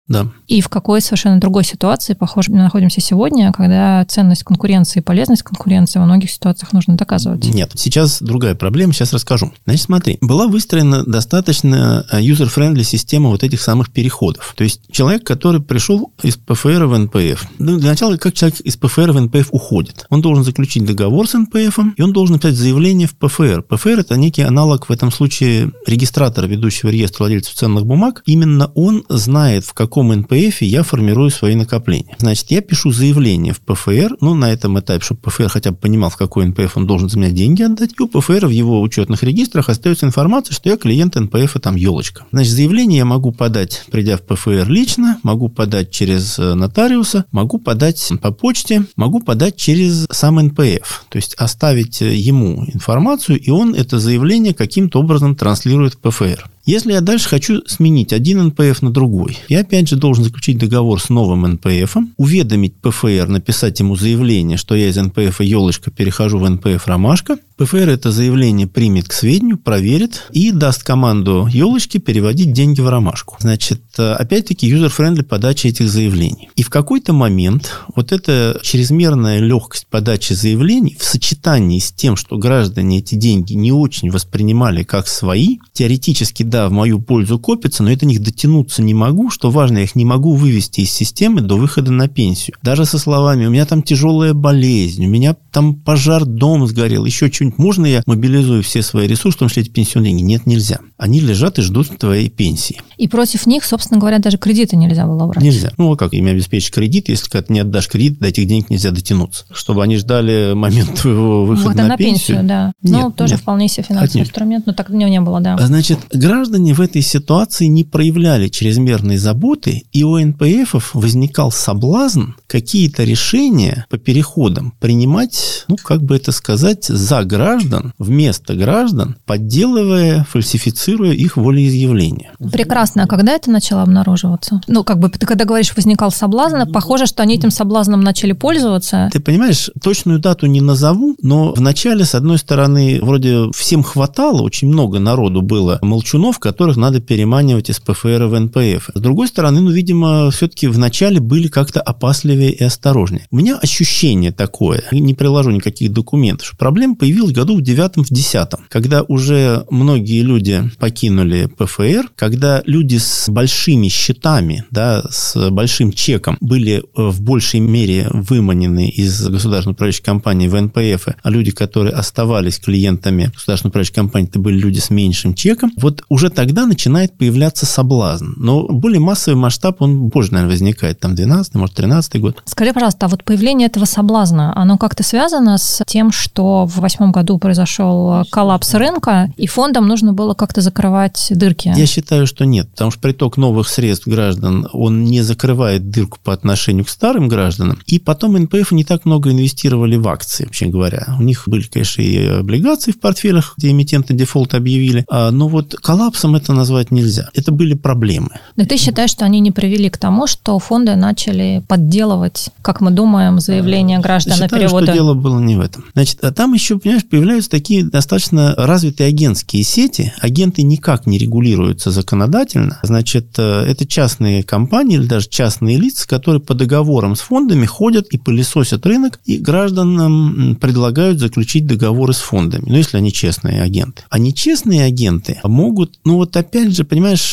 Да. И в какой совершенно другой ситуации, похоже, мы находимся сегодня, когда ценность конкуренции и полезность конкуренции во многих ситуациях нужно доказывать? Нет, сейчас другая проблема, сейчас расскажу. Значит, смотри, была выстроена достаточно user-friendly система вот этих самых переходов. То есть человек, который пришел из ПФР в эн пэ эф. Ну, для начала, как человек из ПФР в эн пэ эф уходит? Он должен заключить договор с эн пэ эф, и он должен написать заявление в ПФР. ПФР – это некий аналог в этом случае регистратора, ведущего реестр владельцев ценных бумаг. Именно он знает, в каком эн пэ эф я формирую свои накопления. Значит, я пишу заявление в ПФР, ну, на этом этапе, чтобы ПФР хотя бы понимал, в какой эн пэ эф он должен за меня деньги отдать, и у ПФР в его учетных регистрах остается информация, что я клиент эн пэ эф, там, елочка. Значит, заявление я могу подать, придя в ПФР лично, могу подать через нотариуса, могу подать по почте, могу подать через сам эн пэ эф, то есть оставить ему информацию, и он это заявление каким-то образом транслирует в ПФР. Если я дальше хочу сменить один эн пэ эф на другой, я опять же должен заключить договор с новым эн пэ эф, уведомить ПФР, написать ему заявление, что я из эн пэ эф елочка перехожу в эн пэ эф ромашка. ПФР это заявление примет к сведению, проверит и даст команду елочке переводить деньги в ромашку. Значит, опять-таки, user-friendly подача этих заявлений. И в какой-то момент вот эта чрезмерная легкость подачи заявлений в сочетании с тем, что граждане эти деньги не очень воспринимали как свои, теоретически, да, в мою пользу копятся, но я до них дотянуться не могу, что важно, я их не могу вывести из системы до выхода на пенсию. Даже со словами: у меня там тяжелая болезнь, у меня там пожар, дом сгорел, еще что-нибудь. Можно я мобилизую все свои ресурсы, в том числе эти пенсионные деньги? Нет, нельзя. Они лежат и ждут твоей пенсии. И против них, собственно говоря, даже кредиты нельзя было брать. Нельзя. Ну, а как им обеспечить кредит, если когда ты не отдашь кредит, до этих денег нельзя дотянуться? Чтобы они ждали момент твоего выхода Выхода на, на пенсию? пенсию, да. Нет, ну, тоже нет. вполне себе финансовый Отнюдь. инструмент, но так у него не было, да. Значит, граждане в этой ситуации не проявляли чрезмерной заботы, и у эн пэ эфов возникал соблазн какие-то решения по переходам принимать, ну, как бы это сказать, за граждан, вместо граждан, подделывая, фальсифицируя их волеизъявления. Прекрасно. А когда это начало обнаруживаться? Ну, как бы ты когда говоришь, возникал соблазн, похоже, что они этим соблазном начали пользоваться. Ты понимаешь, точную дату не назову, но вначале, с одной стороны, вроде всем хватало, очень много народу было молчунов, которых надо переманивать из ПФР в эн пэ эф. С другой стороны, ну, видимо, все-таки вначале были как-то опасливее и осторожнее. У меня ощущение такое, не приложу никаких документов, что проблема появилась в году в девятом, в десятом, когда уже многие люди покинули ПФР, когда люди с большими счетами, да, с большим чеком были в большей мере выманены из государственной управляющей компании в эн пэ эф, а люди, которые оставались клиентами государственной управляющей компании, это были люди с меньшим чеком, вот уже тогда начинает появляться соблазн. Но более массовый масштаб, он позже, наверное, возникает, там двенадцатый, может, тринадцатый год. Скажи, пожалуйста, а вот появление этого соблазна, оно как-то связано с тем, что в восьмом году произошел коллапс рынка, и фондам нужно было как-то закрывать дырки? Я считаю, что нет, потому что приток новых средств граждан, он не закрывает дырку по отношению к старым гражданам, и потом эн пэ эф не так много инвестировали в акции, вообще говоря. У них были, конечно, и облигации в портфелях, где эмитенты дефолт объявили, но вот коллапсом это назвать нельзя. Это были проблемы. Но ты считаешь, что они не привели к тому, что фонды начали подделывать, как мы думаем, заявления граждан Считаю, на переводы? Что дело было не в этом. Значит, а там еще, понимаешь, появляются такие достаточно развитые агентские сети. Агенты никак не регулируются законодательно. Значит, это частные компании или даже частные лица, которые по договорам с фондами ходят и пылесосят рынок, и гражданам предлагают заключить договоры с фондами, ну, если они честные агенты. А нечестные агенты могут, ну, вот опять же, понимаешь,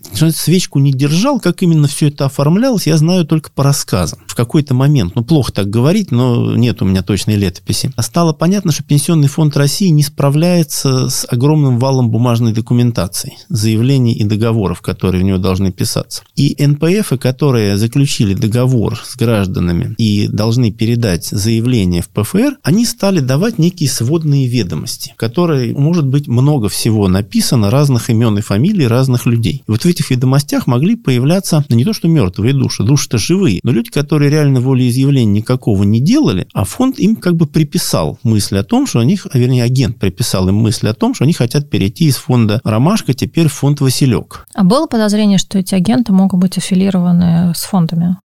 свечку не держал, как именно все это оформлялось, я знаю только по рассказам. В какой-то момент, ну, плохо так говорить, но нет у меня точной летописи, стало понятно, что Пенсионный фонд России не справляется с огромным валом бумажной документации, заявлений и договоров, которые в него должны писаться. И эн пэ эфы, которые заключили договор с гражданами и должны передать заявление в пэ эф эр, они стали давать некие сводные ведомости, которые, может быть, много всего написано, разных имен и фамилий разных людей. И вот в этих ведомостях могли появляться, ну, не то что мертвые души, души-то живые, но люди, которые реально волеизъявления никакого не делали, а фонд им как бы приписал мысль о том, что они, а вернее, агент приписал им мысль о том, что они хотят перейти из фонда «Ромашка» теперь в фонд «Василек». А было подозрение, что эти агенты могут быть аффилированы с фондами?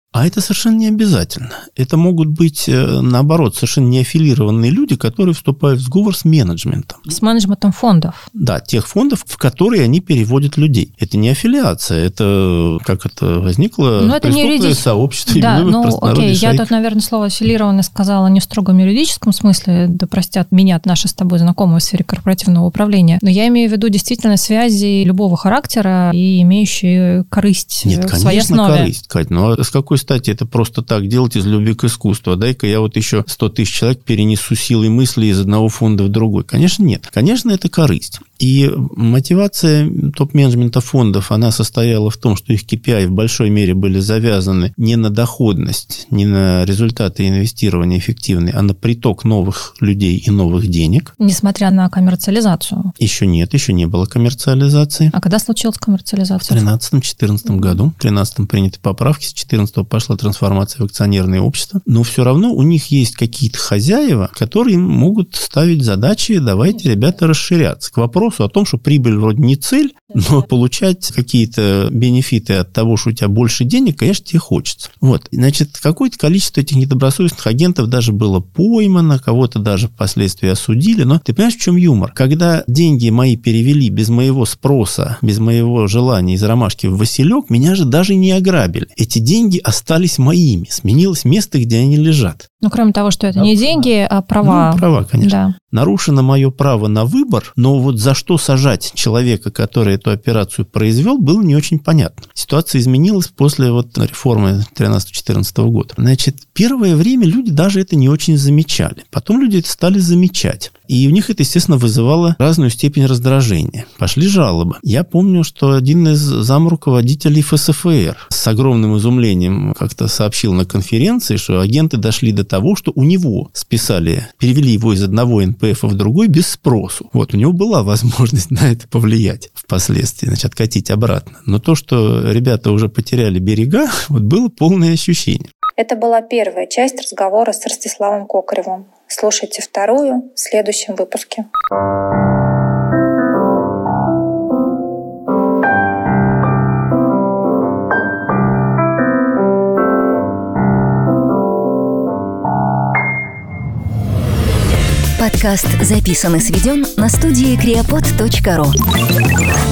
А это совершенно не обязательно. Это могут быть, наоборот, совершенно не аффилированные люди, которые вступают в сговор с менеджментом. С менеджментом фондов. Да, тех фондов, в которые они переводят людей. Это не аффилиация, это как это возникло, но это преступное не сообщество. Да, ну окей, шайка. Я тут, наверное, слово аффилированный сказала не в строгом юридическом смысле, да простят меня наши с тобой знакомые в сфере корпоративного управления, но я имею в виду действительно связи любого характера и имеющие корысть Нет, в своей основе. Нет, конечно, корысть, Кать, но с какой стати это просто так делать из любви к искусству? А дай-ка я вот еще сто тысяч человек перенесу силой мысли из одного фонда в другой. Конечно, нет. Конечно, это корысть. И мотивация топ-менеджмента фондов, она состояла в том, что их кей пи ай в большой мере были завязаны не на доходность, не на результаты инвестирования эффективные, а на приток новых людей и новых денег. Несмотря на коммерциализацию. Еще нет, еще не было коммерциализации. А когда случилась коммерциализация? В две тысячи тринадцатом-четырнадцатом году. В две тысячи тринадцатом приняты поправки, с две тысячи четырнадцатого пошла трансформация в акционерное общество. Но все равно у них есть какие-то хозяева, которые могут ставить задачи, давайте, ребята, расширяться. К вопросу о том, что прибыль вроде не цель, но получать какие-то бенефиты от того, что у тебя больше денег, конечно, тебе хочется. Вот. Значит, какое-то количество этих недобросовестных агентов даже было поймано, кого-то даже впоследствии осудили. Но ты понимаешь, в чем юмор? Когда деньги мои перевели без моего спроса, без моего желания из Ромашки в Василек, меня же даже не ограбили. Эти деньги остались моими. Сменилось место, где они лежат. Ну, кроме того, что это да, не деньги, а права. Ну, права, конечно. Да. Нарушено мое право на выбор, но вот за что сажать человека, который эту операцию произвел, было не очень понятно. Ситуация изменилась после вот реформы тринадцатого-четырнадцатого года. Значит, первое время люди даже это не очень замечали. Потом люди это стали замечать. И у них это, естественно, вызывало разную степень раздражения. Пошли жалобы. Я помню, что один из замруководителей эф эс эф эр с огромным изумлением как-то сообщил на конференции, что агенты дошли до того, что у него списали, перевели его из одного эн пэ эфа в другой без спросу. Вот, у него была возможность на это повлиять впоследствии, значит, откатить обратно. Но то, что ребята уже потеряли берега, вот было полное ощущение. Это была первая часть разговора с Ростиславом Кокаревым. Слушайте вторую в следующем выпуске. Подкаст записан и сведен на студии креопод точка ру.